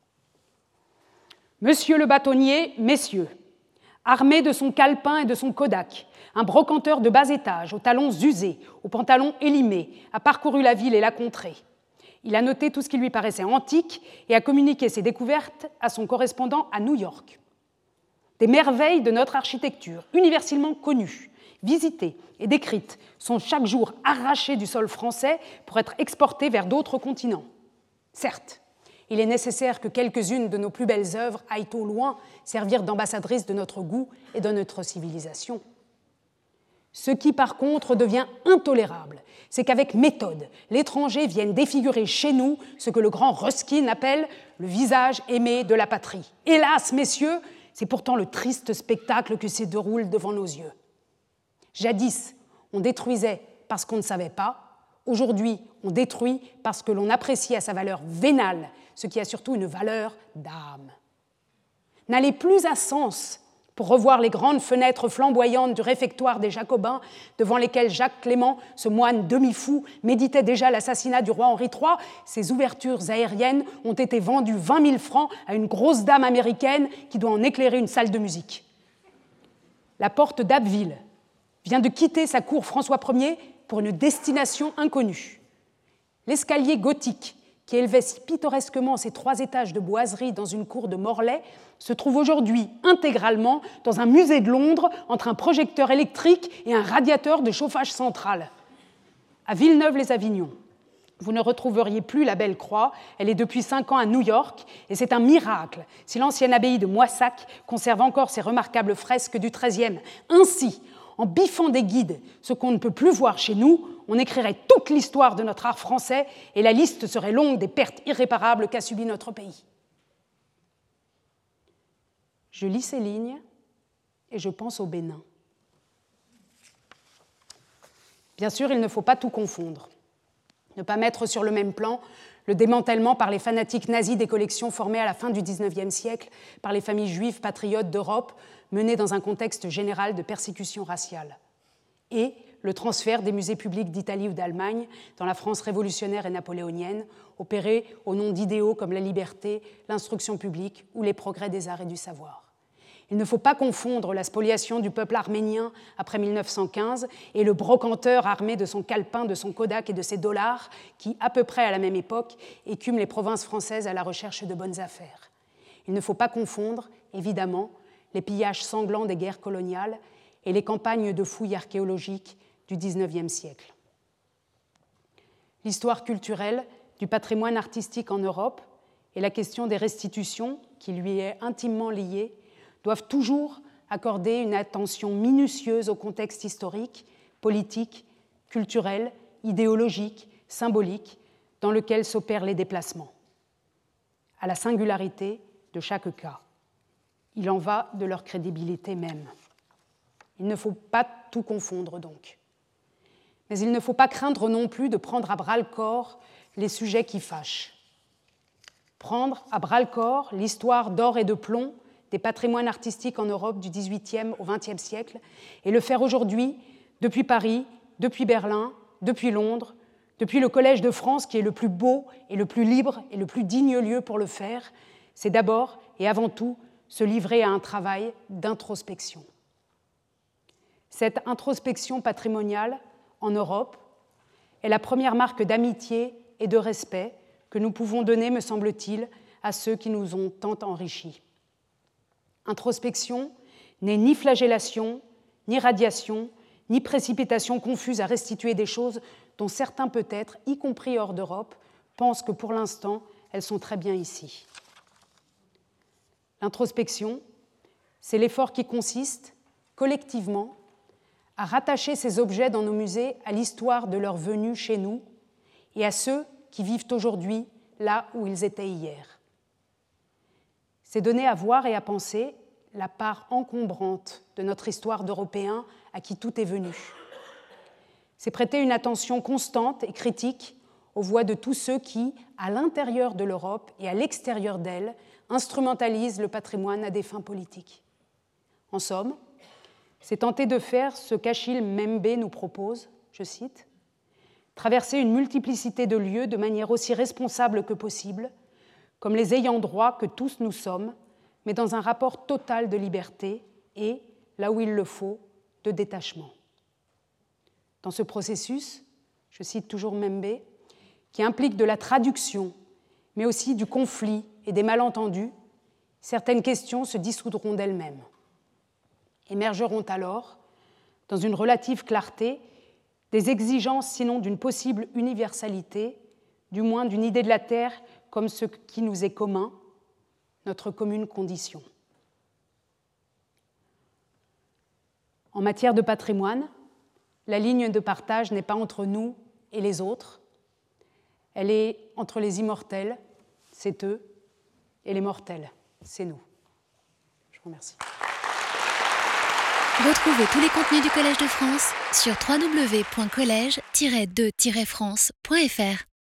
Monsieur le bâtonnier, messieurs, armé de son calepin et de son Kodak, un brocanteur de bas étage, aux talons usés, aux pantalons élimés, a parcouru la ville et la contrée. Il a noté tout ce qui lui paraissait antique et a communiqué ses découvertes à son correspondant à New York. Des merveilles de notre architecture, universellement connues, visitées et décrites, sont chaque jour arrachées du sol français pour être exportées vers d'autres continents. Certes, il est nécessaire que quelques-unes de nos plus belles œuvres aillent au loin servir d'ambassadrices de notre goût et de notre civilisation. Ce qui, par contre, devient intolérable, c'est qu'avec méthode, l'étranger vienne défigurer chez nous ce que le grand Ruskin appelle le visage aimé de la patrie. Hélas, messieurs, c'est pourtant le triste spectacle qui se déroule devant nos yeux. Jadis, on détruisait parce qu'on ne savait pas. Aujourd'hui, on détruit parce que l'on apprécie à sa valeur vénale ce qui a surtout une valeur d'âme. N'allez plus à Sens pour revoir les grandes fenêtres flamboyantes du réfectoire des Jacobins, devant lesquelles Jacques Clément, ce moine demi-fou, méditait déjà l'assassinat du roi Henri III. Ces ouvertures aériennes ont été vendues 20 000 francs à une grosse dame américaine qui doit en éclairer une salle de musique. La porte d'Abbeville vient de quitter sa cour François Ier pour une destination inconnue. L'escalier gothique, qui élevait si pittoresquement ses 3 étages de boiserie dans une cour de Morlaix, se trouve aujourd'hui intégralement dans un musée de Londres entre un projecteur électrique et un radiateur de chauffage central. À Villeneuve-les-Avignon, vous ne retrouveriez plus la Belle Croix, elle est depuis 5 ans à New York, et c'est un miracle si l'ancienne abbaye de Moissac conserve encore ses remarquables fresques du XIIIe. Ainsi, en biffant des guides, ce qu'on ne peut plus voir chez nous, on écrirait toute l'histoire de notre art français et la liste serait longue des pertes irréparables qu'a subies notre pays. Je lis ces lignes et je pense au Bénin. Bien sûr, il ne faut pas tout confondre. Ne pas mettre sur le même plan le démantèlement par les fanatiques nazis des collections formées à la fin du XIXe siècle par les familles juives patriotes d'Europe, menées dans un contexte général de persécution raciale, et le transfert des musées publics d'Italie ou d'Allemagne dans la France révolutionnaire et napoléonienne, opéré au nom d'idéaux comme la liberté, l'instruction publique ou les progrès des arts et du savoir. Il ne faut pas confondre la spoliation du peuple arménien après 1915 et le brocanteur armé de son calepin, de son Kodak et de ses dollars qui, à peu près à la même époque, écume les provinces françaises à la recherche de bonnes affaires. Il ne faut pas confondre, évidemment, les pillages sanglants des guerres coloniales et les campagnes de fouilles archéologiques du XIXe siècle. L'histoire culturelle du patrimoine artistique en Europe et la question des restitutions, qui lui est intimement liée, doivent toujours accorder une attention minutieuse au contexte historique, politique, culturel, idéologique, symbolique dans lequel s'opèrent les déplacements, à la singularité de chaque cas. Il en va de leur crédibilité même. Il ne faut pas tout confondre donc. Mais il ne faut pas craindre non plus de prendre à bras-le-corps les sujets qui fâchent. Prendre à bras-le-corps l'histoire d'or et de plomb des patrimoines artistiques en Europe du XVIIIe au XXe siècle et le faire aujourd'hui depuis Paris, depuis Berlin, depuis Londres, depuis le Collège de France qui est le plus beau et le plus libre et le plus digne lieu pour le faire, c'est d'abord et avant tout se livrer à un travail d'introspection. Cette introspection patrimoniale en Europe est la première marque d'amitié et de respect que nous pouvons donner, me semble-t-il, à ceux qui nous ont tant enrichis. Introspection n'est ni flagellation, ni radiation, ni précipitation confuse à restituer des choses dont certains peut-être, y compris hors d'Europe, pensent que pour l'instant, elles sont très bien ici. L'introspection, c'est l'effort qui consiste, collectivement, à rattacher ces objets dans nos musées à l'histoire de leur venue chez nous et à ceux qui vivent aujourd'hui là où ils étaient hier. C'est donner à voir et à penser la part encombrante de notre histoire d'Européens à qui tout est venu. C'est prêter une attention constante et critique aux voix de tous ceux qui, à l'intérieur de l'Europe et à l'extérieur d'elle, instrumentalisent le patrimoine à des fins politiques. En somme, c'est tenter de faire ce qu'Achille Mbembe nous propose, je cite, « traverser une multiplicité de lieux de manière aussi responsable que possible, comme les ayants droit que tous nous sommes, mais dans un rapport total de liberté et, là où il le faut, de détachement. » Dans ce processus, je cite toujours Mbembe, qui implique de la traduction, mais aussi du conflit et des malentendus, certaines questions se dissoudront d'elles-mêmes. Émergeront alors, dans une relative clarté, des exigences sinon d'une possible universalité, du moins d'une idée de la Terre comme ce qui nous est commun, notre commune condition. En matière de patrimoine, la ligne de partage n'est pas entre nous et les autres, elle est entre les immortels, c'est eux, et les mortels, c'est nous. Je vous remercie. Retrouvez tous les contenus du Collège de France sur www.collège-2-france.fr.